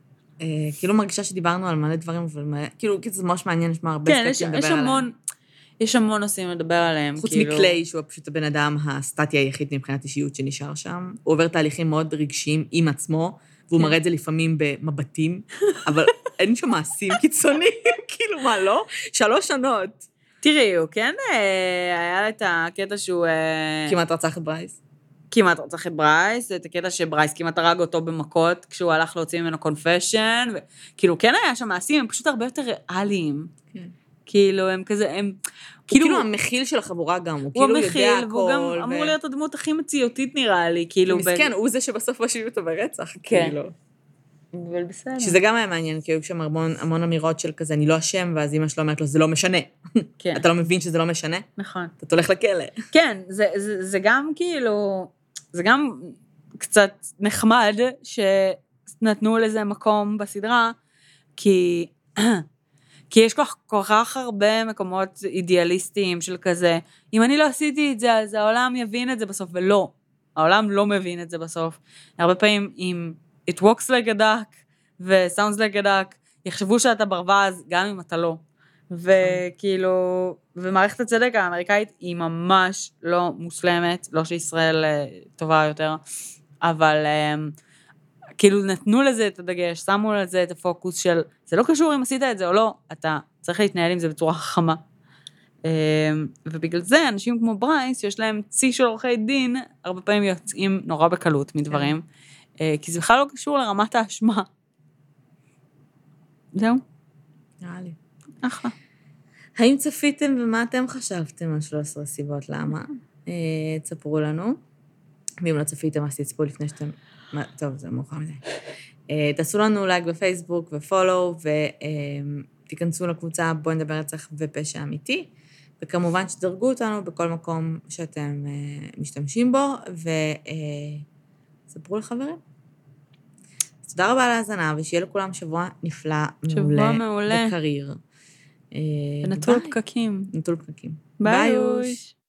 כאילו מרגישה שדיברנו על מלא דברים, אבל מלא, כאילו, זה ממש מעניין לשמוע הרבה סטקטים לדבר עליהם. כן, יש המון, יש המון נושאים לדבר עליהם, חוץ כאילו... מקליי, שהוא פשוט הבן אדם הסטטי היחיד מבחינת אישיות שנשאר שם. הוא עובר תהליכים מאוד רגשיים עם עצמו, והוא מראה את זה לפעמים במבטים, אבל אין שם מעשים קיצוניים, כאילו מה, לא? שלוש שנות. תראי, הוא כן, היה את הקטע שהוא... כמעט רצח את ברייס. כמעט רצח את ברייס, את הקטע שברייס כמעט הרג אותו במכות, כשהוא הלך להוציא ממנו קונפשן, כאילו, כן היה שם מעשים, הם פשוט הרבה יותר ריאליים. כן. כאילו, הם כזה, הם... כאילו, כאילו המכיל של החבורה גם, הוא, הוא כאילו המכיל, יודע הכל. והוא גם ו... אמור להיות הדמות הכי מציאותית נראה לי, כאילו... מסכן, ב... הוא זה שבסוף משאיר אותו ברצח, כן. כאילו. אבל בסדר. שזה גם היה מעניין, כי היו שם המון, המון אמירות של כזה, אני לא אשם, ואז אמא שלו אומרת לו, זה לא משנה. כן. אתה לא מבין שזה לא משנה? נכון. אתה הולך לכלא. כן, זה, זה, זה גם כאילו, זה גם קצת נחמד שנתנו לזה מקום בסדרה, כי... כי יש כל, כל כך הרבה מקומות אידיאליסטיים של כזה, אם אני לא עשיתי את זה, אז העולם יבין את זה בסוף, ולא. העולם לא מבין את זה בסוף. הרבה פעמים, אם it walks like a duck, ו-sounds like a duck, יחשבו שאתה ברווז, גם אם אתה לא. וכאילו, ומערכת הצדק האמריקאית היא ממש לא מושלמת, לא שישראל טובה יותר, אבל... כאילו נתנו לזה את הדגש, שמו לזה את הפוקוס של, זה לא קשור אם עשית את זה או לא, אתה צריך להתנהל עם זה בצורה חכמה. ובגלל זה, אנשים כמו ברייס, יש להם צי של עורכי דין, הרבה פעמים יוצאים נורא בקלות מדברים, כי זה בכלל לא קשור לרמת האשמה. זהו? נראה לי. אחלה. האם צפיתם ומה אתם חשבתם על שלוש עשרה סיבות למה? תספרו לנו. ואם לא צפיתם, אז תצפו לפני שאתם... טוב, זה מאוחר מדי. תעשו לנו לייק בפייסבוק ופולו, ותיכנסו לקבוצה בואי נדבר רצח ופשע אמיתי, וכמובן שתדרגו אותנו בכל מקום שאתם משתמשים בו, וספרו לחברים. אז תודה רבה על ההאזנה, ושיהיה לכולם שבוע נפלא, שבוע מעולה. וקריר. ונטול פקקים. נטול פקקים. ביי.